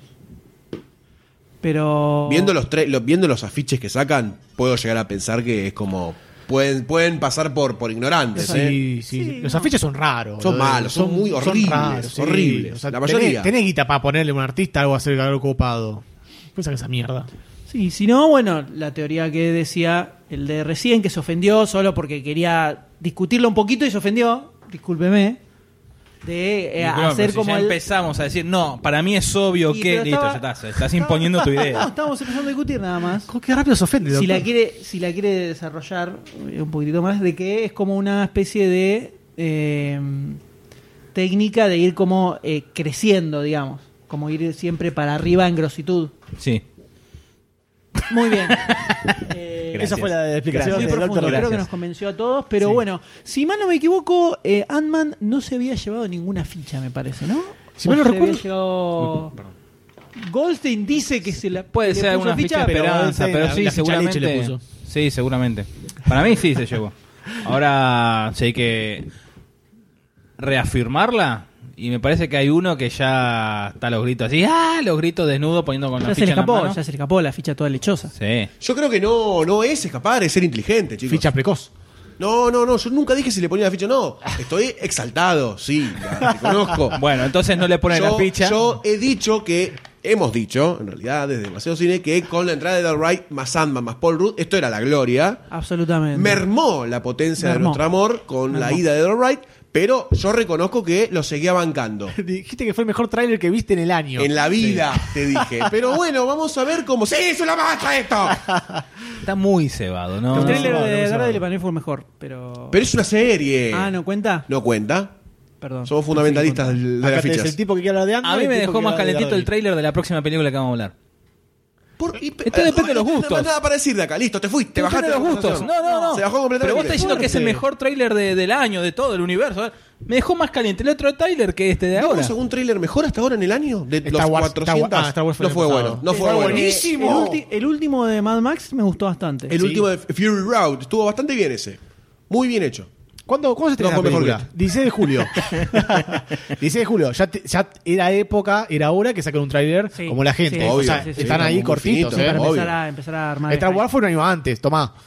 Pero... Viendo los afiches que sacan, puedo llegar a pensar que es como... Pueden pasar por ignorantes, ¿eh? Sí. Sí, Los no. afiches son raros. Son boludo. malos, son muy horribles, sí. horribles. O sea, La mayoría. Tenés guita para ponerle a un artista algo a hacer algo copado. Pues saca esa mierda. Sí, si no, bueno, la teoría que decía el de recién, que se ofendió solo porque quería discutirlo un poquito y se ofendió, discúlpeme, de Disculpame, hacer pero si como ya el... empezamos a decir, no, para mí es obvio Y, que. pero Listo, estaba- ya estás imponiendo tu No, idea. estábamos empezando a discutir nada más. Qué rápido se ofende, Si doctor. la quiere desarrollar un poquitito más, de que es como una especie de técnica de ir como creciendo, digamos, como ir siempre para arriba en grositud. Sí. Muy bien. Esa fue la explicación Muy del profundo, doctor. creo que Gracias. nos convenció a todos, pero Sí. bueno, si mal no me equivoco, Ant-Man no se había llevado ninguna ficha, me parece, ¿no? Si mal ¿O no se recuerdo- había llevado... Goldstein dice que se la Puede le ser puso alguna ficha de pero esperanza, ese, pero la sí, ficha seguramente. leche le puso. Sí, seguramente. Para mí sí se llevó. Ahora sí hay que reafirmarla. Y me parece que hay uno que ya está a los gritos así, los gritos desnudo poniendo con la Ya se ficha le en las escapó, manos. ya se le escapó la ficha toda lechosa. Sí. Yo creo que no es escapar, es ser inteligente, chicos. Ficha precoz. No, yo nunca dije si le ponía la ficha, no. Estoy exaltado, sí, la reconozco. Bueno, entonces no le ponen la ficha. Yo hemos dicho, en realidad, desde Demasiado Cine, que con la entrada de Edgar Wright más Sandman más Paul Rudd, esto era la gloria. Absolutamente. Mermó la potencia de Mermó. nuestro amor con la ida de Edgar Wright, pero yo reconozco que lo seguía bancando. Dijiste que fue el mejor tráiler que viste en el año. En la vida, te dije. Pero bueno, vamos a ver cómo... ¡Sí, es una macha esto! Está muy cebado, ¿no? El No, trailer no, de no, Daredevil no. para mí fue el mejor, pero... Pero es una serie. ¿no cuenta? No cuenta. Perdón. Somos fundamentalistas de Acá las tenés fichas. el tipo que quiere hablar de Ant-Man A mí y el me tipo dejó que más quiere hablar de calentito el Daredevil. tráiler de la próxima película que vamos a hablar. Esto depende de los gustos. No hay nada para decir de acá. Listo, te fuiste, te bajaste Depende de la los gustos. conversación. No. Se bajó completamente. Pero vos estás diciendo que es el Fuerte. mejor tráiler del año, de todo el universo. A ver, me dejó más caliente el otro tráiler que este de ahora. ¿Vimos algún tráiler mejor hasta ahora en el año? De Star los Wars, 400. Star Wars fue no el fue año bueno. pasado. No fue Fue bueno. buenísimo. El último de Mad Max me gustó bastante. El Sí. último de Fury Road estuvo bastante bien ese. Muy bien hecho. ¿Cuándo se estrena No, la fue mejor película? 16 de julio. 16 de julio. Ya era hora que saquen un tráiler Sí, como la gente. sí, o sea, obvio, sí, sí, están sí, ahí muy cortitos. finito, para obvio. empezar a armar. Star el Wars fue un año antes, tomá.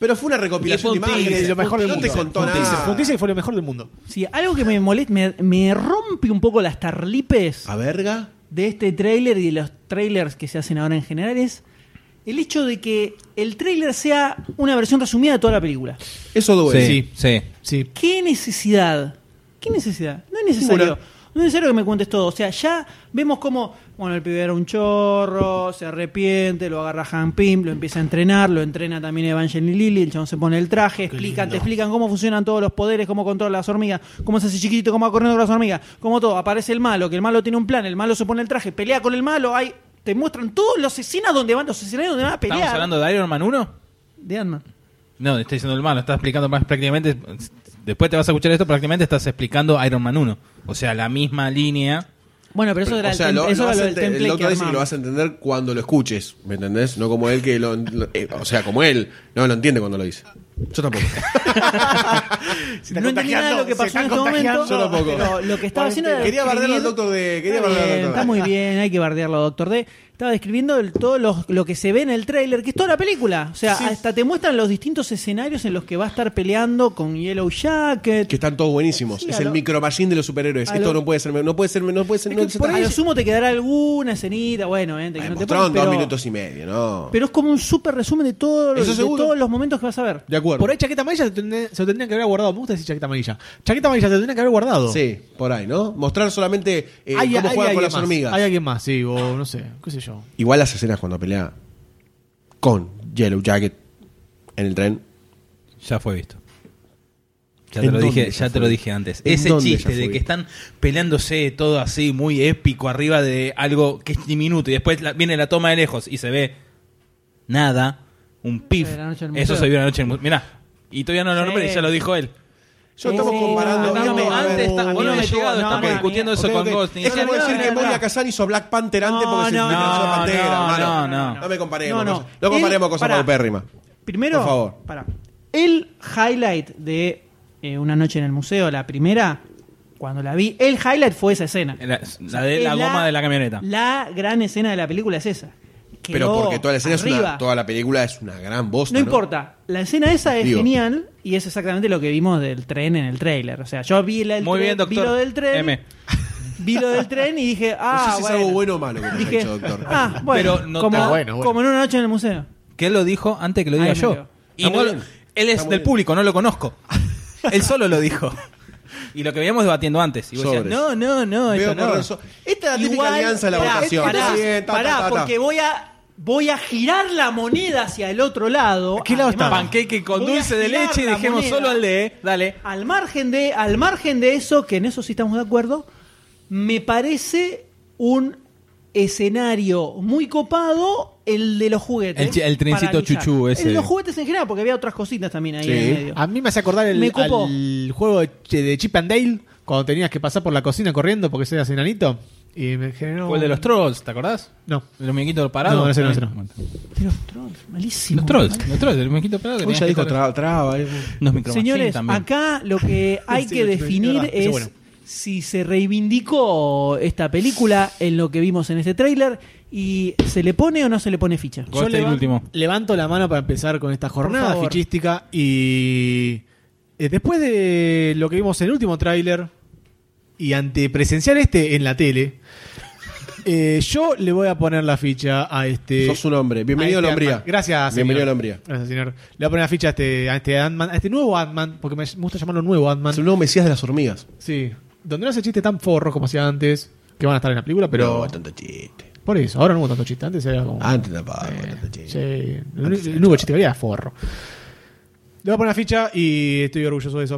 Pero fue una recopilación de Y fue un imágenes. teaser, lo mejor del no te mundo. contó Fue un teaser, nada. fue un teaser y fue lo mejor del mundo. Sí, algo que me molesta, me rompe un poco las tarlipes ¿A verga? de este tráiler y de los trailers que se hacen ahora en general es el hecho de que el tráiler sea una versión resumida de toda la película. Eso duele. Sí, sí. Sí. ¿Qué necesidad? ¿Qué necesidad? No es necesario. Ninguna. No es necesario que me cuentes todo. O sea, ya vemos cómo, bueno, el pibe era un chorro, se arrepiente, lo agarra Hank Pym, lo empieza a entrenar, lo entrena también Evangeline Lilly, el chabón se pone el traje, te explican cómo funcionan todos los poderes, cómo controla las hormigas, cómo se hace chiquitito, cómo va corriendo con las hormigas, cómo todo. Aparece el malo, que el malo tiene un plan, el malo se pone el traje, pelea con el malo, te muestran todas las escenas donde van, los escenarios donde van a pelear. ¿Estamos hablando de Iron Man 1? De Ant-Man. No, estoy diciendo el malo, estás explicando más prácticamente. Después te vas a escuchar esto, prácticamente estás explicando Iron Man 1. O sea, la misma línea. Bueno, pero eso era O sea, eso era vas lo a del template el doctor que dice que lo armamos. vas a entender cuando lo escuches, ¿me entendés? No como él que o sea, como él no lo entiende cuando lo dice. Yo tampoco. No entendí nada de lo que pasó en este momento. Yo tampoco. Pero lo que estaba haciendo era Quería bardearlo al describir- doctor D. Quería Está bardearlo al bien, doctor D. está muy bien, hay que bardearlo, Doctor D. Estaba describiendo todo lo que se ve en el tráiler, que es toda la película. O sea, hasta te muestran los distintos escenarios en los que va a estar peleando con Yellow Jacket. Que están todos buenísimos. Sí, es a el lo- micromachine de los superhéroes. a Esto lo- no puede ser, no puede ser, no puede ser. Es no que se por está- a lo sumo te quedará alguna escenita, bueno, obviamente que no te mostraron ponen, 2 minutos y medio, ¿no? pero es como un súper resumen de, Eso de seguro. todos los momentos que vas a ver. De acuerdo. Por ahí chaqueta amarilla se lo tendrían que haber guardado. Me gusta decir chaqueta amarilla. Chaqueta amarilla se lo tendrían que haber guardado. Sí, por ahí, ¿no? Mostrar solamente cómo juegan con alguien las más. hormigas. Hay alguien más, sí, o no sé, qué sé yo. Igual las escenas cuando pelea con Yellow Jacket en el tren. Ya fue visto. Ya ¿En te lo dónde dije, ya ya te fue? lo dije antes. ¿En Ese dónde ya chiste fue de que visto? están peleándose todo así muy épico arriba de algo que es diminuto y después viene la toma de lejos y se ve nada, un pif. De la noche del Eso museo. se vio en la noche del museo. Mirá, y todavía no lo Sí. nombré, ya lo dijo él. Yo estamos Sí, comparando. a mí no me- a ver, antes a mí vos no no habías me llegado, tuvo- estamos no, discutiendo Ok, eso ok. con Ghost. Es como decir que Moria Kazan hizo Black Panther antes porque se no, infiltró no, Pantera. no, hermano. no. No me comparemos. No, no. No comparemos cosas Pará. paupérrimas. Primero, Por favor. el highlight de Una noche en el museo, la primera, cuando la vi, el highlight fue esa escena. La de la Es goma de la camioneta. La gran escena de la película es esa. Pero Quedó porque toda la escena arriba. toda la película es una gran bosta. No importa, la escena esa es Digo. genial y es exactamente lo que vimos del tren en el tráiler. O sea, yo vi el Muy tren, bien, doctor. vi lo del tren, M. vi lo del tren y dije, No sé si es algo bueno o malo que te haya Dije, dicho, doctor. bueno, Pero no como, está bueno. como en Una noche en el museo. Que él lo dijo antes que lo diga Ahí me yo. quedo. Y Está no muy lo- bien. él Está es muy del bien. público, no lo conozco. Él solo lo dijo. Y lo que veníamos debatiendo antes. Y vos decías, Sobres. no, Veo esto no. por eso. Esta es la típica Igual, alianza de la pará, votación. pará, Está bien, pará, porque voy a girar la moneda hacia el otro lado. ¿Qué lado está? Además, Panqueque con voy a dulce de girar leche y la dejemos moneda. solo al de. Dale. Al margen de eso, que en eso sí estamos de acuerdo, me parece un escenario muy copado el de los juguetes. El trencito para analizar. chuchú ese. El de los juguetes en general, porque había otras cositas también ahí Sí. en medio. A mí me hace acordar Me copó. al juego de Chip and Dale, cuando tenías que pasar por la cocina corriendo porque seas enanito. Y me generó. Fue el de los trolls, ¿te acordás? No. De los muñequitos parados. No, ese no, ese no. De los trolls, malísimo. Los trolls, del muñequito parado. que Uy, tenías ya que dijo estar- traba. Unos micromachines Señores, también. acá lo que hay Sí, que lo que- definir verdad, eso es bueno. si se reivindicó esta película en lo que vimos en este tráiler y se le pone o no se le pone ficha. Ghost el último. Levanto la mano para empezar con esta jornada favor. fichística y después de lo que vimos en el último tráiler y ante presenciar en la tele, yo le voy a poner la ficha a este. Sos un hombre. Bienvenido a la hombría. Ant-Man. Gracias, señor. Bienvenido a la hombría. Gracias, señor. Le voy a poner la ficha a este Ant-Man, a este nuevo Ant-Man, porque me gusta llamarlo nuevo Ant-Man. Es el nuevo Mesías de las hormigas. Sí. Donde no hace chiste tan forro como hacía antes, que van a estar en la película, pero. No, tanto chiste. Por eso, ahora no hubo tanto chiste. Antes era como. Antes tampoco, tanto chiste. Sí, el nuevo chiste que había era forro. Le voy a poner la ficha y estoy orgulloso de eso.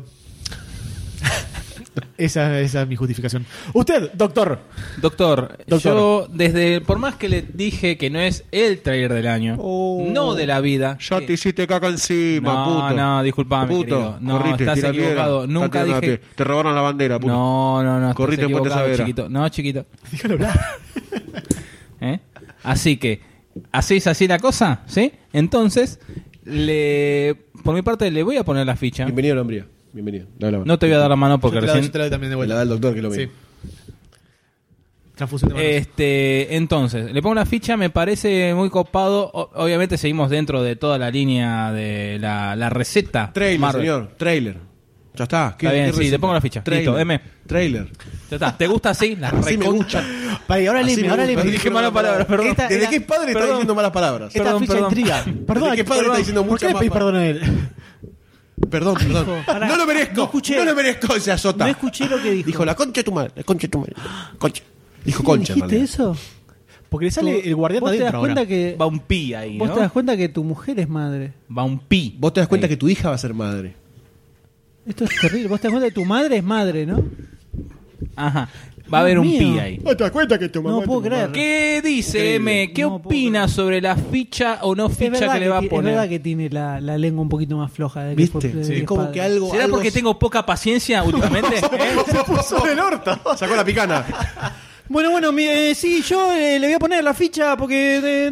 esa es mi justificación. Usted, doctor. Doctor, yo desde, por más que le dije que no es el trailer del año, no de la vida. Ya que- te hiciste caca encima, No, puto. no, disculpame, Puto, querido. No, corriste, estás tira equivocado. piedra, Nunca estás tirando dije- la piedra. Te robaron la bandera, puto. No, estás Corriste en Puente equivocado, Saavedra. chiquito. No, chiquito. Dígalo hablar. ¿Eh? Así que, ¿así es así la cosa? ¿Sí? Entonces, por mi parte le voy a poner la ficha. Bienvenido a la hombría. Bienvenido. Dale la mano. No te voy a dar la mano porque Yo te la recién... doy también de Me vuelta. la da el doctor que lo Sí. ve. Transfusión de manos. Entonces, le pongo la ficha, me parece muy copado. Obviamente seguimos dentro de toda la línea de la receta. Trailer, Marvel. señor. Trailer. Ya está. Está bien, sí, receta? le pongo la ficha. Trailer. Listo, M. Trailer. Ya está. ¿Te gusta así? La Así me reconcha. gusta. Para, y ahora Así léeme, me ahora gusta. léeme. Dije malas palabras, perdón. Esta- ¿Desde era- qué padre está diciendo malas palabras? Esta Perdón, ficha perdón. intriga. Perdón, ¿De qué padre está diciendo ¿por qué muchas le pedís más perdón a él? Perdón. pará. No lo merezco. No escuché. No lo merezco, se azota. No escuché lo que dijo. Dijo la concha de tu madre. La concha de tu madre. Concha. Dijo ¿Sí, concha. en ¿Dijiste realidad. eso? Porque le sale el guardián ¿Vos de te das adentro cuenta ahora. que Va un pi ahí, vos ¿no? te das cuenta que tu mujer es madre? Va un pi. Vos te das cuenta Ahí. que tu hija va a ser madre. Esto es terrible. Vos te das cuenta que tu madre es madre, ¿no? Ajá. Va a haber un Dios pi mío. ahí. ¿Te das cuenta que tu No puedo creer. ¿Qué dice Increíble. M? ¿Qué No puedo opina creer. sobre la ficha o no Es ficha verdad que le va a es verdad poner? que tiene la lengua un poquito más floja. De ¿Viste? de Sí. que es Como padre. que algo. ¿Será algo porque tengo poca paciencia últimamente? Se puso del orto. Sacó la picana. Bueno, sí, yo le voy a poner la ficha porque...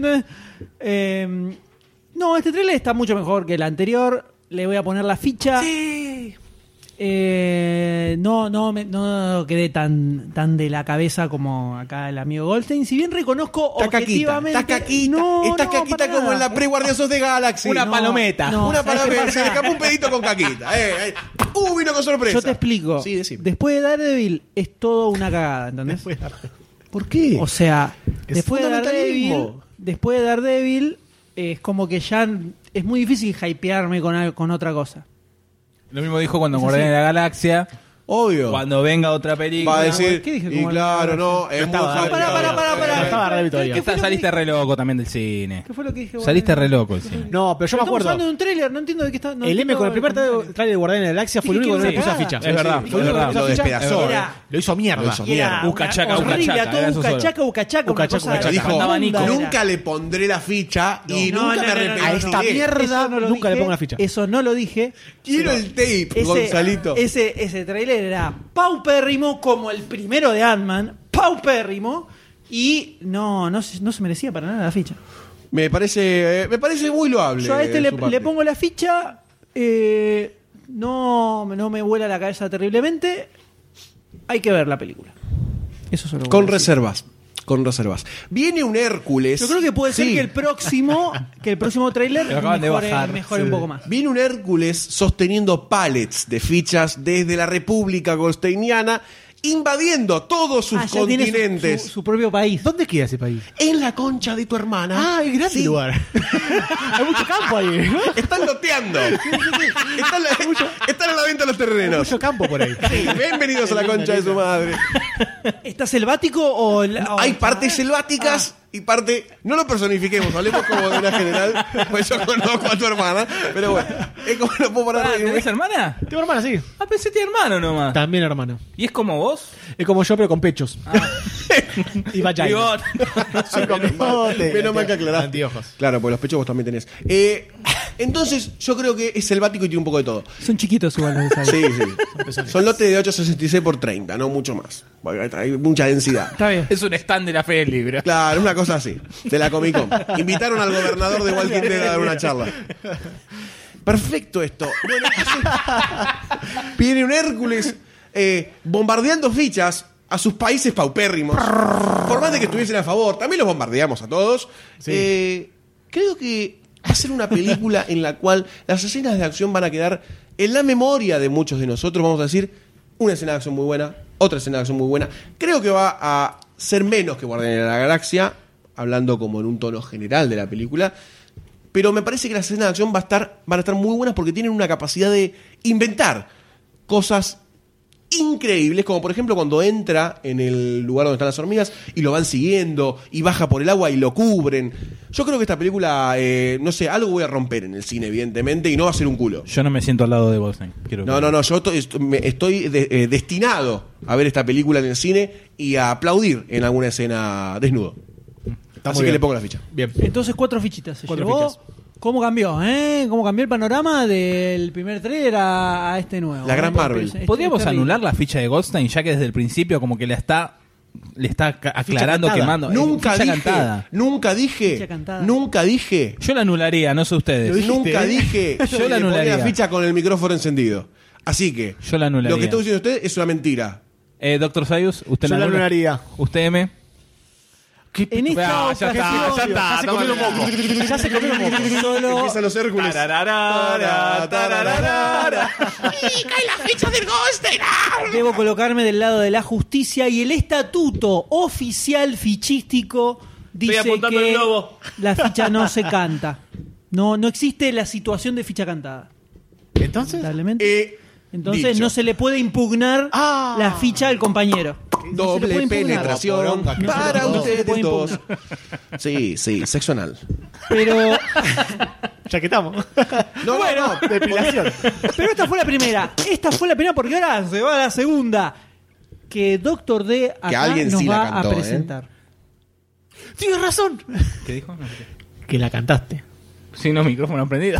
no, este trailer está mucho mejor que el anterior. Le voy a poner la ficha. No quedé tan de la cabeza como acá el amigo Goldstein. Si bien reconozco objetivamente... Está caquita. Está caquita para como en nada. la pre-Guardians of the Galaxy. Una No. palometa. no. Una ¿sabes qué palabra. pasa? Se le escapó un pedito con caquita. Vino con sorpresa. Yo te explico. Sí, decime. Después de Daredevil es todo una cagada, ¿entendés? ¿Por qué? O sea, Es después fundamentalismo. de Daredevil es como que ya es muy difícil hypearme con otra cosa. Lo mismo dijo cuando Es Guardián así. de la Galaxia. Obvio. Cuando venga otra película. Va a decir. ¿Qué dije? Y Como claro, la- no. Es muy estaba- hype. Pará. Estaba Daredevil todavía. ¿Qué fue lo que Saliste dije? re loco también del cine. ¿Qué fue lo que dije? Saliste Guardián? re loco del cine. No, pero yo me Estamos acuerdo. hablando de un tráiler, no entiendo de qué está... no El M entiendo con el primer comentario. trailer de Guardián de la Galaxia fue el Dije único que no que le puso era la ficha. Es verdad, Fue el único que es le puso la Lo ficha. despedazó. Era- Lo hizo mierda. Lo hizo Y era mierda. Ucachaca, horrible, ucachaca, todo era eso solo. ucachaca, Ucachaca, una cosa ucachaca. Dijo, Mandaba Nico. era. nunca le pondré la ficha y No, nunca no, me no, arrepentí. no, no, A esta no. mierda Eso no lo nunca le dije, pongo la ficha. Eso no lo dije. Quiero el tape, Gonzalito. Ese trailer era paupérrimo como el primero de Ant-Man, paupérrimo, y no se merecía para nada la ficha. Me parece muy loable. Yo a este su parte. le pongo la ficha, no me vuela la cabeza terriblemente, hay que ver la película. Eso solo voy a Con decir. reservas. Con reservas. Viene un Hércules. Yo creo que puede ser Sí. que el próximo trailer Lo acaban de bajar. mejore un poco más. Viene un Hércules sosteniendo pallets de fichas desde la República Goldsteiniana, invadiendo todos sus Ya tiene continentes. su propio país. ¿Dónde queda ese país? En la concha de tu hermana. Ah, es grande Sí. el lugar. Hay mucho campo ahí. Están loteando. Están a la venta los Hay terrenos. mucho campo por ahí. Sí, bienvenidos a la concha de su madre. ¿Está selvático o...? Hay partes selváticas y parte... No lo personifiquemos, hablemos como de una general, pues yo conozco a tu hermana, pero bueno, es como no puedo parar de reírme. ¿Tenés hermana? Tengo hermana, sí. Ah, pensé que hermano nomás. También hermano. ¿Y es como vos? Es como yo, pero con pechos. Y vagina. Digo, Sí, con bigote. Menos mal que aclaraste. Anteojos. Claro, porque los pechos vos también tenés. Entonces, yo creo que es selvático y tiene un poco de todo. Son chiquitos igual los de Sally. Sí. Son lotes de 8.66 por 30, no mucho más. Porque hay mucha densidad. Está bien. es un stand de la Fe del Libro. Claro, una cosa así, de la Comic Con. Invitaron al gobernador de Walking Dead a dar una charla. Perfecto esto. Bueno, viene un Hércules bombardeando fichas a sus países paupérrimos. Por más de que estuviesen a favor, también los bombardeamos a todos. Creo que va a ser una película en la cual las escenas de acción van a quedar en la memoria de muchos de nosotros. Vamos a decir, una escena de acción muy buena, otra escena de acción muy buena. Creo que va a ser menos que Guardianes de la Galaxia, hablando como en un tono general de la película. Pero me parece que las escenas de acción van a estar muy buenas porque tienen una capacidad de inventar cosas increíbles, como por ejemplo cuando entra en el lugar donde están las hormigas y lo van siguiendo y baja por el agua y lo cubren. Yo creo que esta película, no sé, algo voy a romper en el cine, evidentemente, y no va a ser un culo. Yo no me siento al lado de Goldstein. No, yo estoy destinado a ver esta película en el cine y a aplaudir en alguna escena desnudo. Así que bien. le pongo la ficha. Bien. Entonces 4 fichitas se 4 llevó. fichas. ¿Cómo cambió? ¿Cómo cambió el panorama del primer trailer a este nuevo? La gran Marvel. ¿Podríamos terrible. anular la ficha de Goldstein ya que desde el principio como que le está aclarando, cantada. quemando? Nunca Ficha dije, cantada. Ficha cantada. nunca dije, Yo la anularía, no sé ustedes. nunca dije Yo que la le ponía anularía. la ficha con el micrófono encendido. Así que Yo la anularía. lo que está diciendo usted es una mentira. Doctor Sayus, usted Yo la luna. lunaría. Usted M. En esta Ya ocasión, está. Ya se comió un moco. solo Empiezan los Hércules. debo colocarme del lado de la justicia y el estatuto oficial fichístico dice apuntando que el globo. la ficha no se canta. No existe la situación de ficha cantada. Entonces, Lamentablemente. Entonces dicho. no se le puede impugnar la ficha al compañero. No se le puede Doble impugnar. penetración No se le para puede ustedes dos. impugnar. Sí, sexo anal. Pero ya que estamos. No, no, Depilación. Pero esta fue la primera. Esta fue la primera porque ahora se va a la segunda. Que Doctor D acá alguien nos sí la va cantó, a presentar. Tienes razón. ¿Qué dijo? Que la cantaste. Sin los micrófonos prendidos.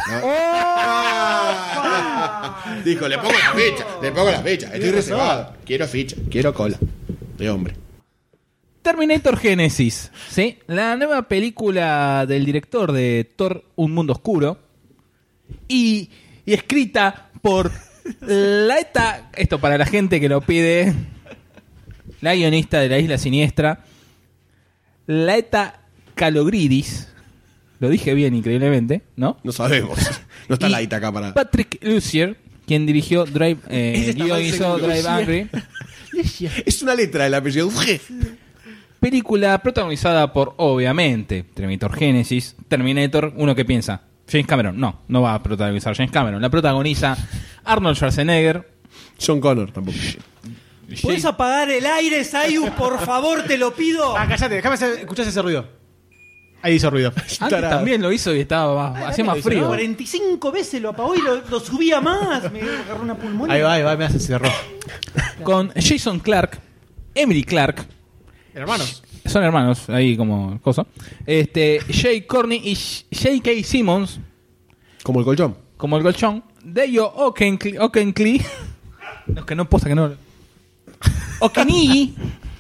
Dijo, le pongo la ficha. Estoy reservado. Quiero ficha, quiero cola. De hombre. Terminator Genesis, ¿sí? La nueva película del director de Thor, Un Mundo Oscuro. Y escrita por Laeta... Esto para la gente que lo pide. La guionista de La Isla Siniestra. Laeta Kalogridis. Lo dije bien, increíblemente, ¿no? No sabemos. No está Y la ita acá para. Patrick Lussier, quien dirigió Drive... Ese está mal hizo seguro. Drive Angry. Es una letra del apellido. Película protagonizada por, obviamente, Terminator Genesis. Terminator, uno que piensa, James Cameron. No va a protagonizar James Cameron. La protagoniza Arnold Schwarzenegger. John Connor tampoco. ¿Puedes apagar el aire, Sayus? Por favor, te lo pido. Cállate, déjame escuchar ese ruido. Ahí hizo ruido. Antes también lo hizo y estaba hacía más frío. 45 veces lo apagó y lo subía más. Me agarró una pulmonía. Ahí va, me hace cerró. Con Jason Clarke, Emily Clarke. Hermanos. Son hermanos, ahí como cosa. Jay Corney y J.K. Simmons, Como el colchón. como el colchón. Deyo Okenkley. No, que no posta que no. Okenigi.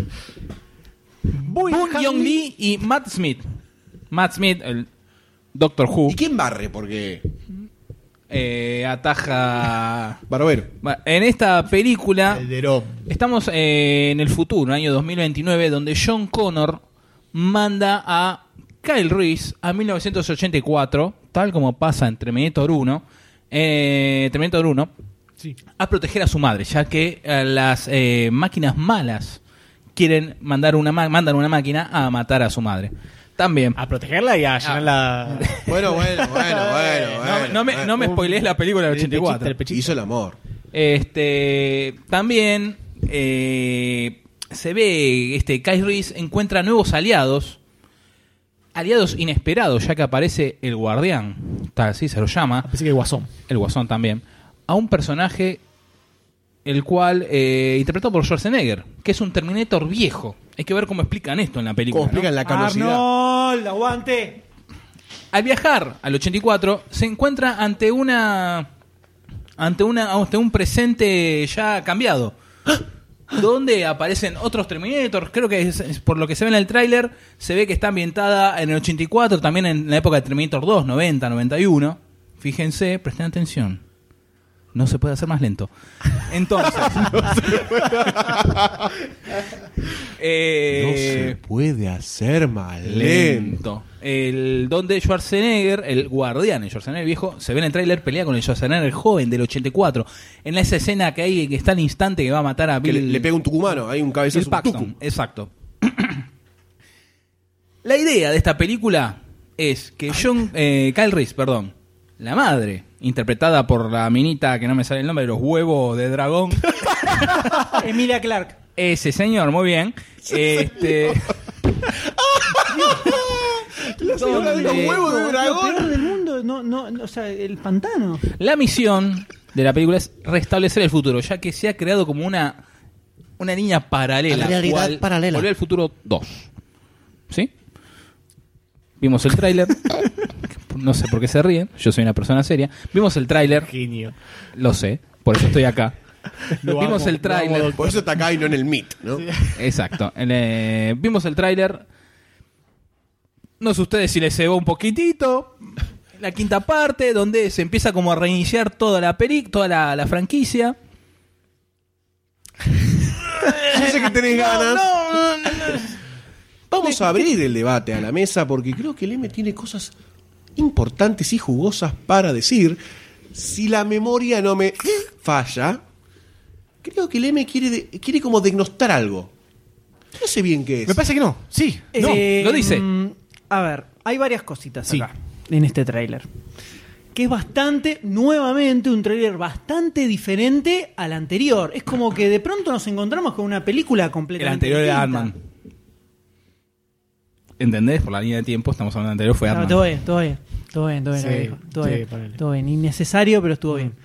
Boon Young Lee y Matt Smith. Matt Smith, el Doctor Who, ¿Y quién barre? Porque. ataja. Barbero. Bueno, en esta película El Derón. estamos en el futuro, año 2029, donde John Connor manda a Kyle Reese a 1984, tal como pasa en Terminator 1. Terminator 1. Sí. A proteger a su madre, ya que las máquinas malas quieren mandan una máquina a matar a su madre. También. A protegerla y a llenarla. Bueno. No me spoilees la película del 84. El pechito. Hizo el amor. También se ve Kyle Reese encuentra nuevos aliados inesperados, ya que aparece el Guardián, tal así se lo llama, Pensé que el Guasón. el Guasón también, a un personaje el cual interpretado por Schwarzenegger, que es un Terminator viejo. Hay que ver cómo explican esto en la película. Como explican ¿no? la canosidad. Arnold, aguante. Al viajar al 84 se encuentra ante un presente ya cambiado, donde aparecen otros Terminators. Creo que es por lo que se ve en el tráiler, se ve que está ambientada en el 84, también en la época de Terminator 2, 90, 91. Fíjense, presten atención. No se puede hacer más lento. Entonces, No se puede hacer más lento. Donde Schwarzenegger, el guardián, el Schwarzenegger viejo, se ve en el tráiler, pelea con el Schwarzenegger joven del 84. En esa escena que está al instante que va a matar a Que Bill, le pega un tucumano, hay un Bill cabezazo. un Paxton. tucum. Exacto. La idea de esta película es que Kyle Reese, la madre, interpretada por la minita que no me sale el nombre, de los huevos de dragón. Emilia Clarke. Ese señor, muy bien. La señora de los ¿Dónde? huevos de Lo dragón. peor del mundo, no, o sea, el pantano. La misión de la película es restablecer el futuro, ya que se ha creado como una línea paralela. La realidad cual paralela. Volver al futuro 2. ¿Sí? Vimos el tráiler. No sé por qué se ríen. Yo soy una persona seria. Vimos el tráiler. Genio. Lo sé. Por eso estoy acá. Lo Vimos amo, el tráiler. lo amo, Por eso está acá y no en el Meet, ¿no? Exacto. Vimos el tráiler. No sé ustedes si les cebó un poquitito. La quinta parte, donde se empieza como a reiniciar toda la franquicia. Yo sé que tenés ganas. Vamos a abrir el debate a la mesa porque creo que el M tiene cosas importantes y jugosas para decir. Si la memoria no me falla, creo que el M quiere como denostar algo. No sé bien qué es. Me parece que no. Sí. No. lo dice. A ver, hay varias cositas Sí. acá en este tráiler. Que es nuevamente, un tráiler bastante diferente al anterior. Es como que de pronto nos encontramos con una película El completamente anterior era distinta. Ant-Man. ¿Entendés? Por la línea de tiempo, estamos hablando del anterior, fue No, Ant-Man. todo bien. Sí, lo dijo. Todo sí, bien. ponele. Todo bien. Innecesario, pero estuvo bien.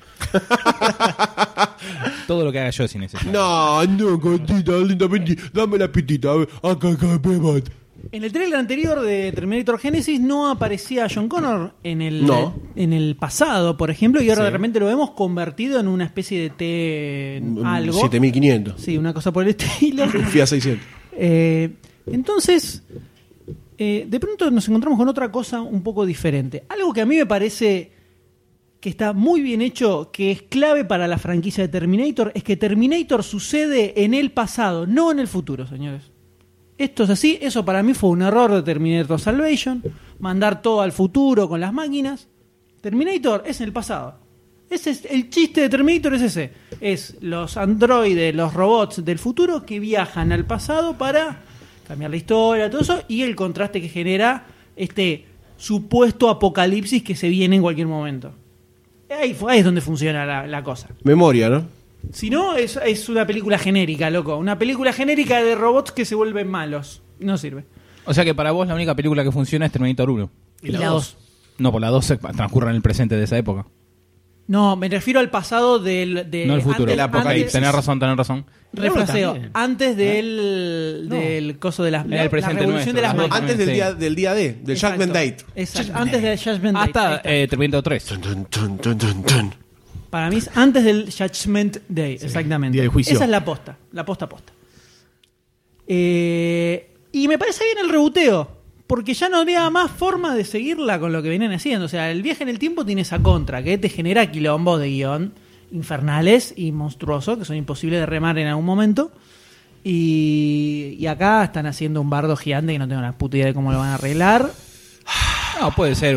Todo lo que haga yo es innecesario. No, gatita, lindamente, dame la pitita. Acá, bebot. En el trailer anterior de Terminator Genesis no aparecía John Connor en el pasado, por ejemplo, y ahora de repente lo vemos convertido en una especie de T algo. 7500. Sí, una cosa por el estilo. Fui a 600. Entonces, de pronto nos encontramos con otra cosa un poco diferente. Algo que a mí me parece que está muy bien hecho, que es clave para la franquicia de Terminator, es que Terminator sucede en el pasado, no en el futuro, señores. Esto es así, eso para mí fue un error de Terminator Salvation, mandar todo al futuro con las máquinas. Terminator es en el pasado. Ese es el chiste de Terminator, es ese. Es los androides, los robots del futuro que viajan al pasado para cambiar la historia, todo eso, y el contraste que genera este supuesto apocalipsis que se viene en cualquier momento. Ahí es donde funciona la cosa. Memoria, ¿no? Si no, es una película genérica, loco. Una película genérica de robots que se vuelven malos. No sirve. O sea que para vos la única película que funciona es Terminator 1. Y la 2. No, por la 2 se transcurre en el presente de esa época. No, me refiero al pasado del... No el futuro. del apocalipsis. Tenés razón. Refraseo. También. Antes del coso de las... En el presente la revolución nuestro, de las las dos. máquinas. Antes Sí. del día D, del Exacto. Judgment Date. Exacto. Antes del Judgment Date. Hasta Ahí está. Terminator 3. Tun, tun, tun, tun, tun. Para mí es antes del Judgment Day, exactamente. día del juicio. Esa es la posta. Y me parece bien el rebuteo, porque ya no habría más forma de seguirla con lo que venían haciendo. O sea, el viaje en el tiempo tiene esa contra, que te genera quilombos de guión infernales y monstruosos, que son imposibles de remar en algún momento. Y acá están haciendo un bardo gigante que no tengo la puta idea de cómo lo van a arreglar. No, puede ser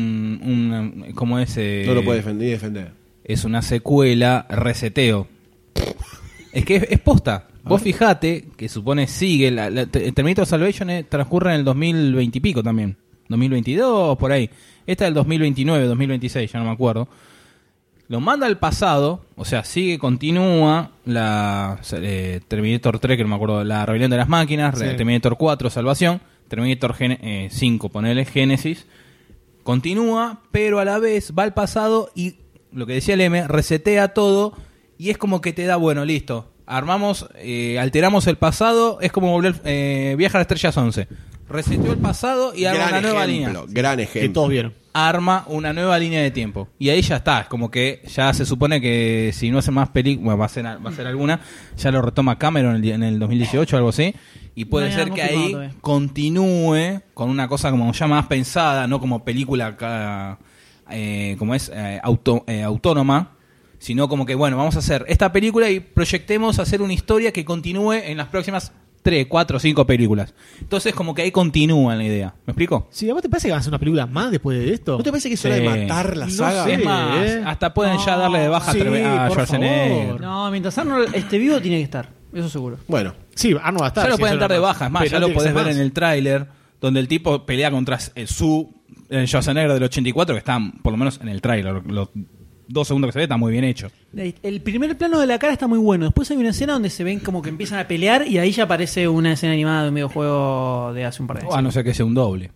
como ese... No lo puede defender. Es una secuela, reseteo. Es que es posta. Vos fijate que supone sigue. Terminator Salvation transcurre en el 2020 y pico también. 2022, por ahí. Esta es del 2029, 2026, ya no me acuerdo. Lo manda al pasado, o sea, continúa la Terminator 3, que no me acuerdo, la rebelión de las máquinas, Sí. Terminator 4, Salvación, Terminator 5, ponele Génesis. Continúa, pero a la vez va al pasado y, lo que decía el M, resetea todo y es como que te da, bueno, listo, armamos, alteramos el pasado, es como volver, Viaja a las Estrellas 11. Reseteó el pasado y arma una nueva línea. Gran Que ejemplo. todos vieron. Arma una nueva línea de tiempo. Y ahí ya está, es como que ya se supone que si no hace más películas, va a ser alguna, ya lo retoma Cameron en el 2018 o algo así. Y puede No hay ser nada que confirmado ahí todavía. continúe con una cosa como ya más pensada, no como película como es autónoma, sino como que bueno, vamos a hacer esta película y proyectemos hacer una historia que continúe en las próximas 3, 4, 5 películas. Entonces como que ahí continúa la idea. ¿Me explico? Sí, ¿a vos te parece que van a hacer una película más después de esto? ¿No te parece que es hora de Sí. matar la No saga? sé. Es más, hasta pueden ya darle de baja Sí, a por Schwarzenegger. favor. No, mientras Arnold esté vivo tiene que estar. Eso seguro. Bueno, Sí, Arnold va a estar. Ya lo sí, pueden eso dar de no- baja, es más, pero ya lo tiene que podés ser ver más. en el tráiler, donde el tipo pelea contra el Schwarzenegger del 84, que está, por lo menos en el tráiler, los 2 segundos que se ve, está muy bien hecho. El primer plano de la cara está muy bueno. Después hay una escena donde se ven como que empiezan a pelear y ahí ya aparece una escena animada de un videojuego de hace un par de años. A no ser que sea un doble.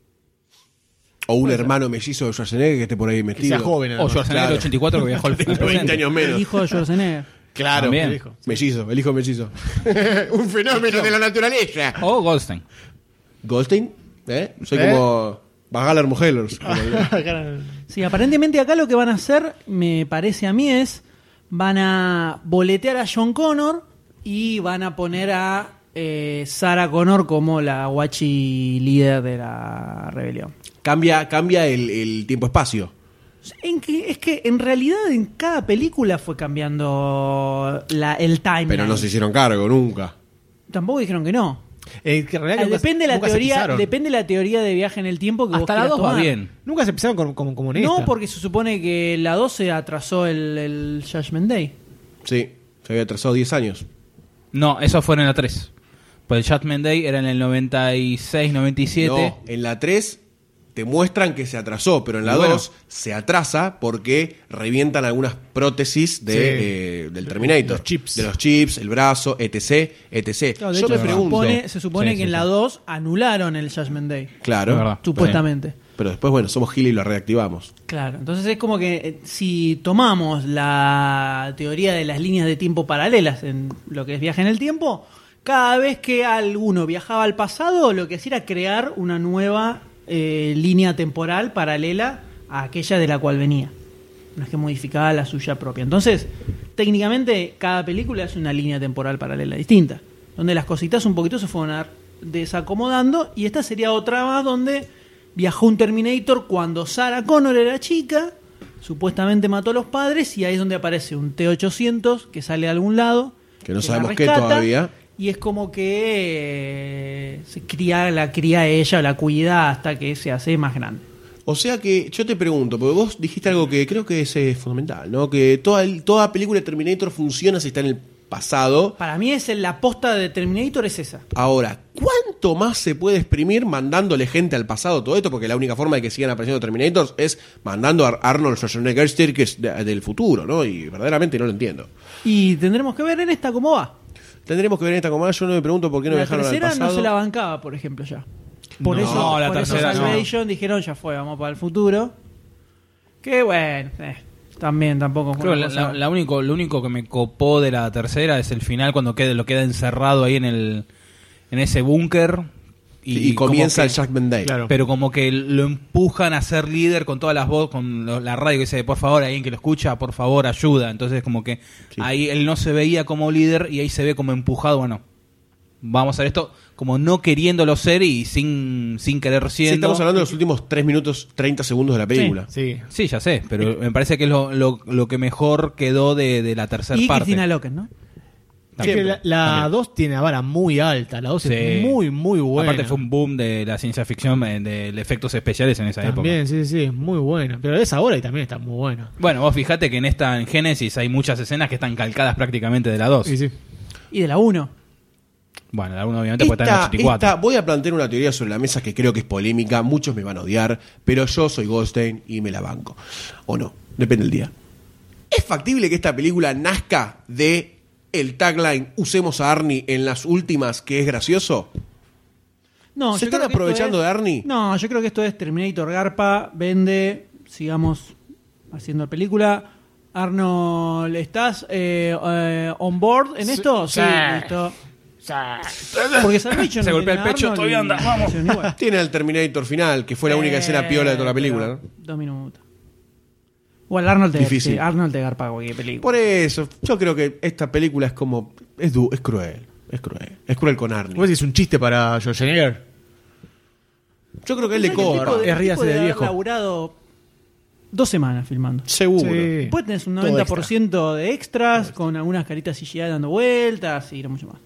o un hermano mellizo de Schwarzenegger que esté por ahí Que metido. sea joven. O además. Schwarzenegger del 84 que viajó al Tengo 20 presente. años menos. El hijo de Schwarzenegger. Claro. También. el hijo. Mellizo, el hijo mellizo. Un fenómeno de la naturaleza. O Goldstein. Goldstein, ¿eh? Soy ¿Eh? como Bagaler Mujellers. Sí, aparentemente acá lo que van a hacer, me parece a mí, es van a boletear a John Connor y van a poner a Sarah Connor como la guachi líder de la rebelión. Cambia el tiempo-espacio. Es que en realidad en cada película fue cambiando el timeline. Pero no se hicieron cargo nunca. Tampoco dijeron que no. Que en realidad Depende nunca se pisaron. de la teoría de viaje en el tiempo que vos Hasta la quieras 2 va tomar. bien. Nunca se pisaron como en esta. No, porque se supone que la 2 se atrasó el Judgment Day. Sí, se había atrasado 10 años. No, eso fue en la 3. Pues el Judgment Day era en el 96, 97. No, en la 3 te muestran que se atrasó, pero en la Y bueno. 2 se atrasa porque revientan algunas prótesis del Terminator. Los chips. De los chips, el brazo, etc. etc. Claro, de Yo hecho, me pregunto. se supone Sí, que sí, en la sí. 2 anularon el Judgment Day. Claro. Es verdad. Supuestamente. Pero después, bueno, somos Gil y lo reactivamos. Claro, entonces es como que si tomamos la teoría de las líneas de tiempo paralelas en lo que es viaje en el tiempo, cada vez que alguno viajaba al pasado, lo que hacía era crear una nueva línea temporal paralela a aquella de la cual venía. No es que modificaba la suya propia. Entonces, técnicamente, cada película es una línea temporal paralela distinta, donde las cositas un poquito se fueron desacomodando, y esta sería otra más donde viajó un Terminator cuando Sarah Connor era chica, supuestamente mató a los padres, y ahí es donde aparece un T-800 que sale de algún lado, Que no la sabemos qué rescata, todavía. y es como que la cría ella o la cuida hasta que se hace más grande. O sea que yo te pregunto, porque vos dijiste algo que creo que es fundamental, ¿no? Que toda película de Terminator funciona si está en el pasado. Para mí la posta de Terminator es esa. Ahora, ¿cuánto más se puede exprimir mandándole gente al pasado todo esto? Porque la única forma de que sigan apareciendo Terminators es mandando a Arnold Schwarzenegger, que es del futuro, ¿no? Y verdaderamente no lo entiendo. Y tendremos que ver en esta cómo va. Tendremos que ver en esta comada. Yo no me pregunto por qué no La viajaron al tercera pasado. no se la bancaba, por ejemplo, ya. Por No, eso, la por eso tercera no. Salvation dijeron ya fue, vamos para el futuro. Que bueno, también tampoco fue Creo que una cosa- lo único que me copó de la tercera es el final cuando lo queda encerrado ahí en ese búnker. Y comienza como el Judgment Day. Claro. Pero como que lo empujan a ser líder con todas las voces, con la radio que dice, por favor, alguien que lo escucha, por favor, ayuda. Entonces como que ahí él no se veía como líder y ahí se ve como empujado, bueno, vamos a hacer esto como no queriéndolo ser y sin querer Sí, siendo. estamos hablando de los últimos 3 minutos 30 segundos de la película. Sí. Sí, ya sé, pero me parece que es lo que mejor quedó de la tercera Y parte. Cristina Loken, ¿no? Es que la También. 2 tiene la vara muy alta. La 2 es Sí. muy, muy buena. Aparte fue un boom de la ciencia ficción, de efectos especiales en esa También, época. sí, sí, es muy buena. Pero es ahora y también está muy buena. Bueno, vos fijate que en Génesis hay muchas escenas que están calcadas prácticamente de la 2. Sí, sí. Y de la 1. Bueno, la 1 obviamente puede estar en el 84. Voy a plantear una teoría sobre la mesa que creo que es polémica. Muchos me van a odiar, pero yo soy Goldstein y me la banco. O no, depende del día. ¿Es factible que esta película nazca de el tagline "Usemos a Arnie en las últimas, que es gracioso"? No, ¿Se yo están creo que esto aprovechando es- de Arnie? No, yo creo que esto es Terminator Garpa, vende, sigamos haciendo película. Arnold, ¿estás on board en esto? Sí, listo. Porque Salvation Se no golpea tiene el pecho, Arnold todavía y anda, vamos. hicieron igual. Tiene el Terminator final, que fue la única escena piola de toda la película, pero ¿no? 2 minutos. Igual Arnold Difícil. Arnold te garpa cualquier película. Por eso, yo creo que esta película es como... Es cruel. Es cruel. Es cruel con Arnie. ¿Vos decís un chiste para Schwarzenegger? Yo creo que él le El tipo cobra. de- Es ríase tipo de haber viejo. laburado 2 semanas filmando. Seguro. Sí. Después tenés un Todo 90% de extras con algunas caritas CGI dando vueltas y no mucho más.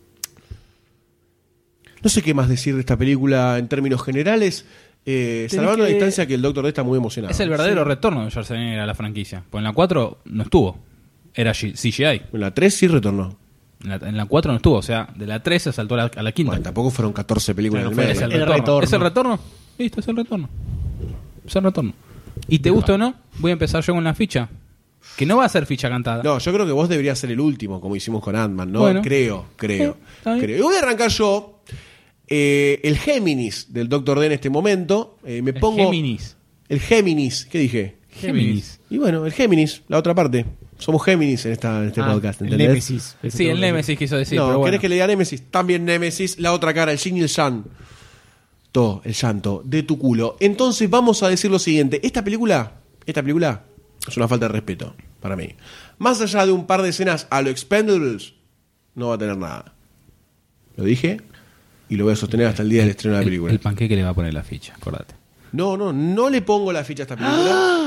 No sé qué más decir de esta película en términos generales. Salvando la que- distancia que el Doctor D está muy emocionado. Es el verdadero retorno de Schwarzenegger a la franquicia. Pues en la 4 no estuvo. Era CGI. En la 3 sí retornó. En la 4 no estuvo. O sea, de la 3 se saltó a la quinta. Bueno, tampoco fueron 14 películas Claro, en el Es medio. el El retorno. retorno. ¿Es el retorno? Listo, es el retorno. Es el retorno. Y te gusta o no, voy a empezar yo con la ficha. Que no va a ser ficha cantada. No, yo creo que vos deberías ser el último, como hicimos con Ant-Man, ¿no? Bueno. Creo. Está bien. Y voy a arrancar yo. El Géminis del Doctor D en este momento. Me El pongo. Géminis. El Géminis. ¿Qué dije? Géminis. Y bueno, el Géminis, la otra parte. Somos Géminis en este podcast, el ¿entendés? Némesis. Sí, el Nemesis quiso decir, no, pero bueno. ¿querés que le diga Némesis? También Némesis, la otra cara, el Yin y el Yang. Todo, el llanto de tu culo. Entonces vamos a decir lo siguiente. Esta película es una falta de respeto para mí. Más allá de un par de escenas a lo Expendables, no va a tener nada. Lo dije y lo voy a sostener hasta el día del estreno de la película. El panqueque le va a poner la ficha, acordate. No le pongo la ficha a esta película.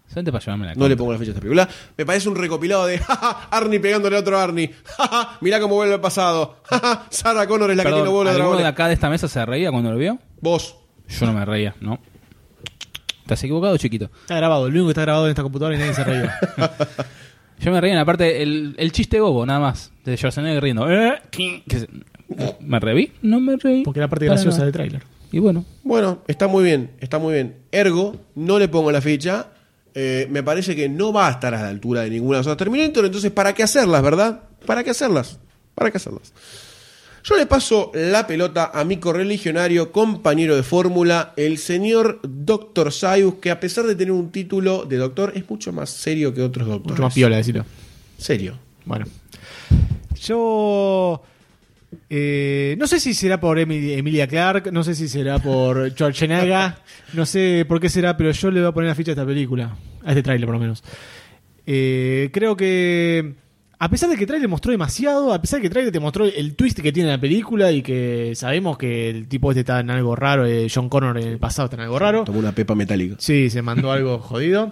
Solamente para llevarme la No le pongo la ficha a esta película. Me parece un recopilado de jaja, Arnie pegándole a otro Arnie. Jaja, mirá cómo vuelve al pasado. Jaja, Sarah Connor es la que tiene vuelo de ¿alguno de dragones. acá de esta mesa se reía cuando lo vio? Vos. Yo no me reía, ¿no? ¿Estás equivocado, chiquito? Está grabado, el único que está grabado en esta computadora y nadie se reía. Yo me reía en la parte, el chiste bobo, nada más, de Schwarzenegger riendo. ¿Me reí? No me reí. Porque era parte Para graciosa nada. del tráiler. Y bueno, Bueno, está muy bien, está muy bien. Ergo, no le pongo la ficha. Me parece que no va a estar a la altura de ninguna de las otras Terminator. Entonces, ¿para qué hacerlas, verdad? ¿Para qué hacerlas? ¿Para qué hacerlas? Yo le paso la pelota a mi correligionario, compañero de fórmula, el señor Dr. Sayus, que a pesar de tener un título de doctor, es mucho más serio que otros doctores. Mucho más piola, decirlo. Serio. Bueno. Yo... no sé si será por Emilia Clarke, no sé si será por Schwarzenegger, no sé por qué será, pero yo le voy a poner la ficha a esta película, a este tráiler por lo menos. Creo que a pesar de que el tráiler mostró demasiado, a pesar de que el tráiler te mostró el twist que tiene la película y que sabemos que el tipo este está en algo raro, John Connor en el pasado está en algo raro. Tomó una pepa metálica. Sí, se mandó algo jodido.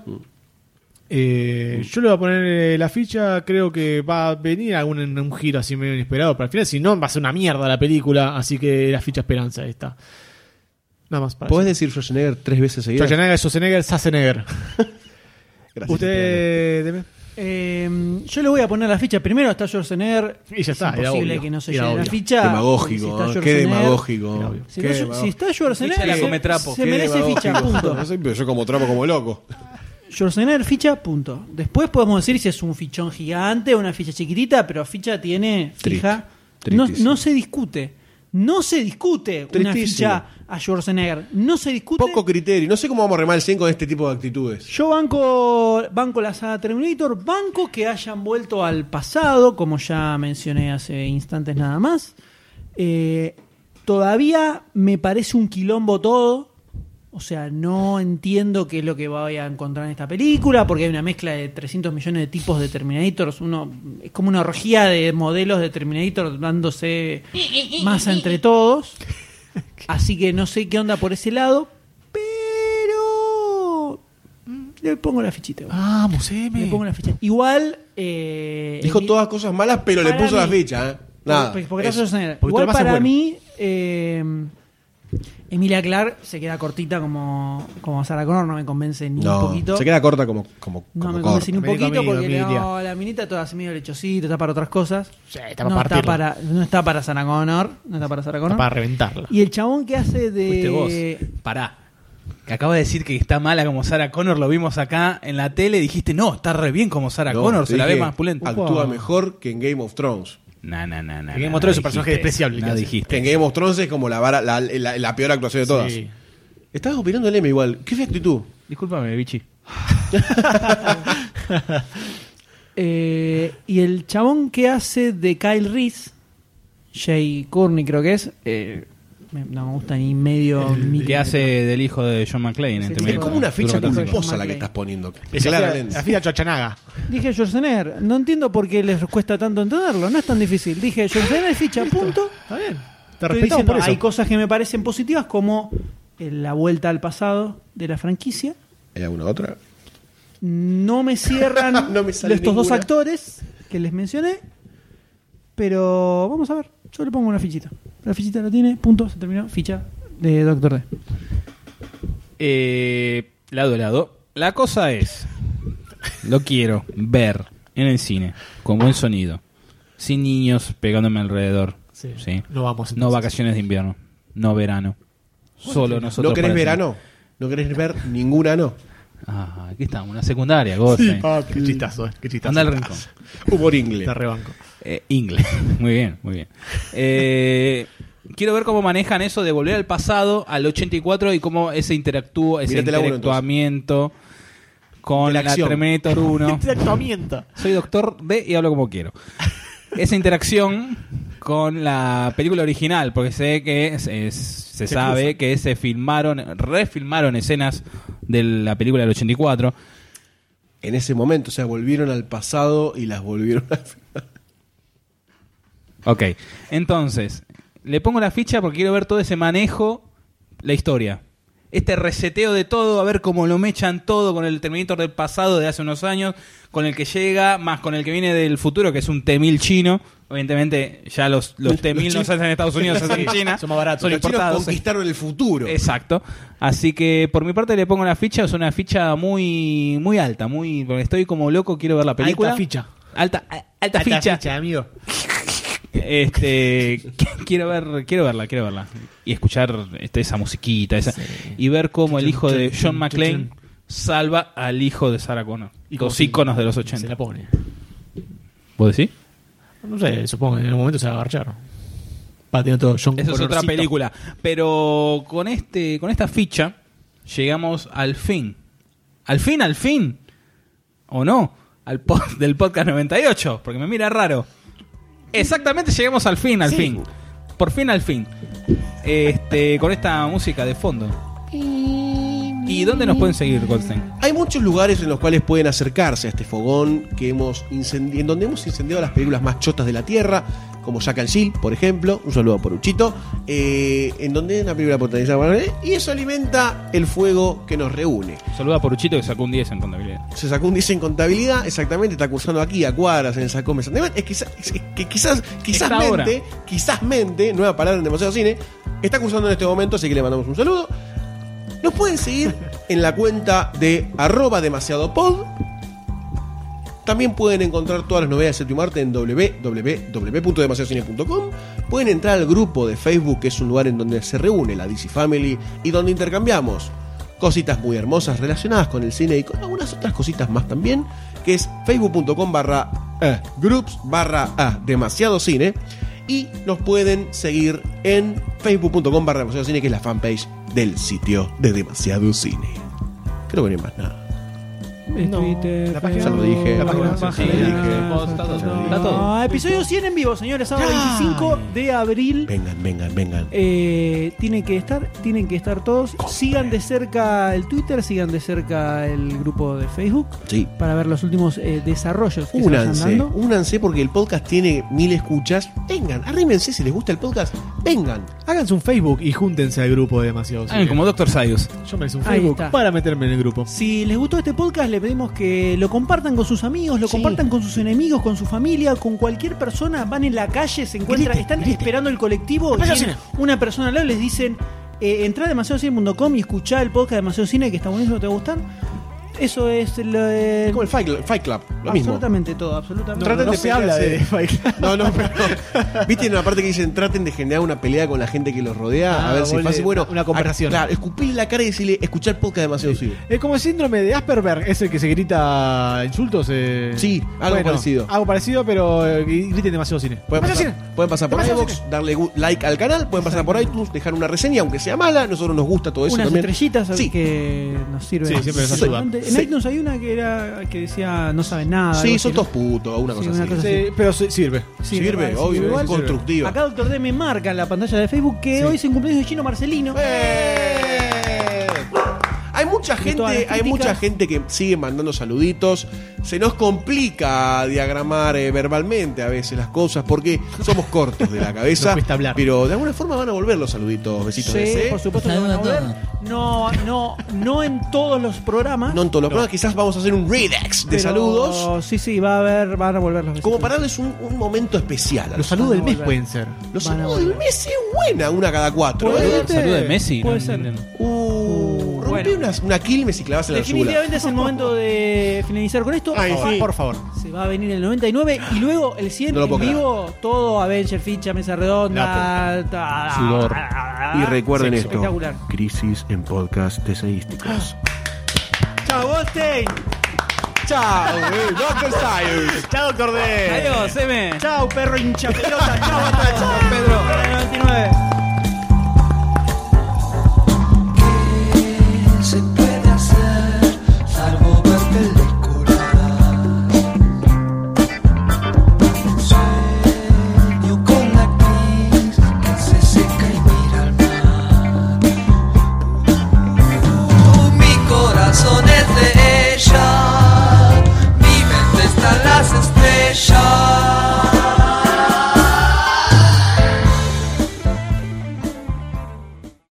Yo le voy a poner la ficha. Creo que va a venir un giro así medio inesperado para el final. Si no, va a ser una mierda la película. Así que la ficha esperanza esta. Nada más para ¿Podés decir Schwarzenegger 3 veces seguidas? Schwarzenegger, Schwarzenegger. Gracias. Usted, Deme. Yo le voy a poner la ficha. Primero está Schwarzenegger. Y ya está, Es era imposible obvio. que no se Era llene la obvio. ficha. Demagógico, Porque si está qué Schwarzenegger- demagógico. Era obvio. Si, Qué no- si demagógico. está Schwarzenegger, Ficha la come trapo. se Qué merece ficha, demagógico. punto. No sé, pero yo como trapo como loco. Schwarzenegger, ficha, punto. Después podemos decir si es un fichón gigante o una ficha chiquitita, pero ficha tiene fija. No, Tristísimo. no se discute. No se discute una Tristísimo. ficha a Schwarzenegger. No se discute. Poco criterio. No sé cómo vamos a remar el 100 con este tipo de actitudes. Yo banco la saga Terminator, banco que hayan vuelto al pasado, como ya mencioné hace instantes nada más. Todavía me parece un quilombo todo. O sea, no entiendo qué es lo que voy a encontrar en esta película, porque hay una mezcla de 300 millones de tipos de Terminators. Es como una orgía de modelos de Terminator dándose masa entre todos. Así que no sé qué onda por ese lado, pero le pongo la fichita. Vamos, Le pongo la ficha. Igual. Dijo todas cosas malas, pero le para puso la mí- ficha. Nada. Porque Eso. está Schwarzenegger. Porque todo Igual lo demás es para bueno. mí, Emilia Clarke se queda cortita como Sarah Connor, no me convence ni un No, poquito. se queda corta como No me corta. convence ni un Vení poquito conmigo, porque Emilia. la minita toda así medio lechosita, está para otras cosas. Sí, está no, para está partirla. no está para Sarah Connor. No está para Sarah Está Connor. para reventarla. Y el chabón que hace fuiste vos. de. Pará. Que acaba de decir que está mala como Sarah Connor, lo vimos acá en la tele, dijiste, no, está re bien como Sarah No, Connor, te se la ve dije, más pulenta. Actúa mejor que en Game of Thrones. No. Game of Thrones es un personaje despreciable, No que hace. Que dijiste. en Game of Thrones es como la peor actuación de todas. Sí. Estabas opinando el M igual. ¿Qué fue actitud? Discúlpame, bichi. Y el chabón que hace de Kyle Reese, Jay Courtney creo que es, no me gusta ni medio. Que hace del hijo de John McClane. Sí, en sí, Es Terminator. como una ficha Duro Metálico. culposa la que McClane. estás poniendo. Es Claramente. la ficha Schwarzenegger. Dije Schwarzenegger, no entiendo por qué les cuesta tanto entenderlo, no es tan difícil. Dije Schwarzenegger ficha, punto. Está bien. Te Estoy respetamos diciendo, por eso. hay cosas que me parecen positivas como la vuelta al pasado de la franquicia. ¿Hay alguna otra? No me cierran No me sale estos dos ninguna. actores que les mencioné, pero vamos a ver. Yo le pongo una fichita. La fichita la tiene, punto, se terminó. Ficha de Doctor D. Lado. La cosa es, lo quiero ver en el cine, con buen sonido, sin niños pegándome alrededor. Sí. ¿Sí? No vamos No entonces. vacaciones de invierno, no verano. Solo nosotros. ¿No querés para el verano? ¿No querés ver ningún ano? cine. Ah, aquí estamos, una secundaria, Gosse. Qué chistazo, qué chistazo. Anda al rincón. Humor inglés. Te rebanco. Inglés. Muy bien, muy bien. Quiero ver cómo manejan eso de volver al pasado, al 84, y cómo ese Mírate la uno, interactuamiento con De la la acción. Terminator 1. Interactuamiento. Soy doctor D y hablo como quiero. Esa interacción con la película original, porque sé que se sabe que se refilmaron escenas de la película del 84. En ese momento, o sea, volvieron al pasado y las volvieron a... Ok, entonces, le pongo la ficha porque quiero ver todo ese manejo, la historia. este reseteo de todo, a ver cómo lo mechan todo con el Terminator del pasado de hace unos años, con el que llega, más con el que viene del futuro, que es un T-1000 chino. Evidentemente, ya los T-1000 no se hacen en Estados Unidos, se hacen en China. Son más baratos. Son Los chinos importados. conquistaron el futuro. Exacto. Así que por mi parte le pongo la ficha, es una ficha muy muy alta, porque estoy como loco, quiero ver la película. Alta ficha. Alta ficha. amigo. Quiero verla y escuchar esa musiquita y ver cómo el hijo de John McClane salva al hijo de Sarah Connor, Y dos cómo íconos de los Se 80. la pone. ¿Vos decís? No sé, supongo que en algún momento se va a agarchar. Pateando todo John Esa es otra Connorcito. película, pero con esta ficha llegamos al fin o no del podcast 98, porque me mira raro. Exactamente, llegamos al fin. Por fin al fin. Con esta música de fondo. ¿Y dónde nos pueden seguir, Goldstein? Hay muchos lugares en los cuales pueden acercarse a este fogón que en donde hemos incendiado las películas más chotas de la Tierra, como Jack and Jill, por ejemplo. Un saludo a Poruchito. En donde hay una película protagonizada y eso alimenta el fuego que nos reúne. Saluda a Poruchito, que sacó un 10 en contabilidad. Se sacó un 10 en contabilidad, exactamente, está cursando aquí a cuadras en el Sacome San Damián. Es que quizás mente, nueva palabra en Demasiado Cine, está cursando en este momento, así que le mandamos un saludo. Nos pueden seguir en la cuenta de @demasiadopod. También pueden encontrar todas las novedades de Séptimo Arte en www.demasiadocine.com. Pueden entrar al grupo de Facebook, que es un lugar en donde se reúne la DC Family y donde intercambiamos cositas muy hermosas relacionadas con el cine y con algunas otras cositas más también, que es facebook.com/groups/demasiadocine. Y nos pueden seguir en facebook.com/demasiadocine, que es la fanpage del sitio de Demasiado Cine. Creo que no hay más nada. Twitter, la página- Ya lo dije. la página- Ya lo sí, dije. está todo. Episodio 100 en vivo, señores, sábado 25 de abril. Vengan. Tienen que estar todos. Sigan de cerca el Twitter, sigan de cerca el grupo de Facebook Sí. para ver los últimos desarrollos que se vayan dando. Únanse porque el podcast tiene 1000 escuchas. Vengan, arrímense si les gusta el podcast. Vengan. Háganse un Facebook y júntense al grupo de Demasiado Cine. Hagan como Dr. Sayus. Yo me hice un Ahí Facebook está. para meterme en el grupo. Si les gustó este podcast, le pedimos que lo compartan con sus amigos, lo Sí. compartan con sus enemigos, con su familia, con cualquier persona. Van en la calle, se encuentran, están esperando el colectivo y viene una persona al lado y les dicen: entrá a demasiadocine.com y escuchá el podcast de Demasiado Cine, que está buenísimo, te va a gustar. Eso es Es como el Fight Club, lo mismo. absolutamente todo, absolutamente Traten todo. de se habla de pelearse. No, pero. ¿Viste en una parte que dicen traten de generar una pelea con la gente que los rodea? A ver si es fácil. Bueno, una conversación. Claro, escupirle la cara y decirle escuchar podcast Demasiado Cine. Es como el síndrome de Asperger, es el que se grita insultos. Sí, algo parecido. Algo parecido, pero griten Demasiado Cine. Pueden pasar por Demasiado iVoox, darle like al canal, pueden pasar por iTunes, dejar una reseña, aunque sea mala, nosotros nos gusta todo eso Unas también. estrellitas Sí. que nos sirven. Sí, siempre nos ayuda. bastante. En Sí. iTunes hay una que decía no saben nada. Sí, algo son así, todos ¿no? putos, una Sí, cosa una así. cosa Sí, pero sirve. Sí, Sirve, me parece, obvio, igual. es constructiva. Acá Doctor D me marca en la pantalla de Facebook que hoy es el cumpleaños de Chino Marcelino. Hay mucha De todas las gente, hay mucha críticas. gente que sigue mandando saluditos. Se nos complica diagramar verbalmente a veces las cosas porque somos cortos de la cabeza. Nos cuesta hablar. Pero de alguna forma van a volver los saluditos, besitos Sí, de ese. por supuesto que van a volver. No en todos los programas. No en todos los programas, quizás vamos a hacer un redex de pero saludos. Sí, van a volver los besitos. Como para darles un momento especial. a Los saludos del mes pueden ser. Los van a saludos del volver. mes es buena, una cada 4. Puede ¿eh? ser. Saludo de Messi. Puede no ser. entiendo. Rompí bueno. una Quilmes y clavás en la yugular. Definitivamente es el momento de finalizar con esto. Ay, sí. Por favor. Se va a venir el 99 y luego el 100 No lo en puedo creer. vivo, todo Avenger, ficha, mesa redonda, Sudor. Y recuerden Sexo. esto: Espectacular. crisis en podcast eseísticos. Chao, Goldstein. Chao, Dr. Science. Chao, Doctor D. Adiós, M. Chao, perro hincha pelota. Chao, hasta Pedro. 99.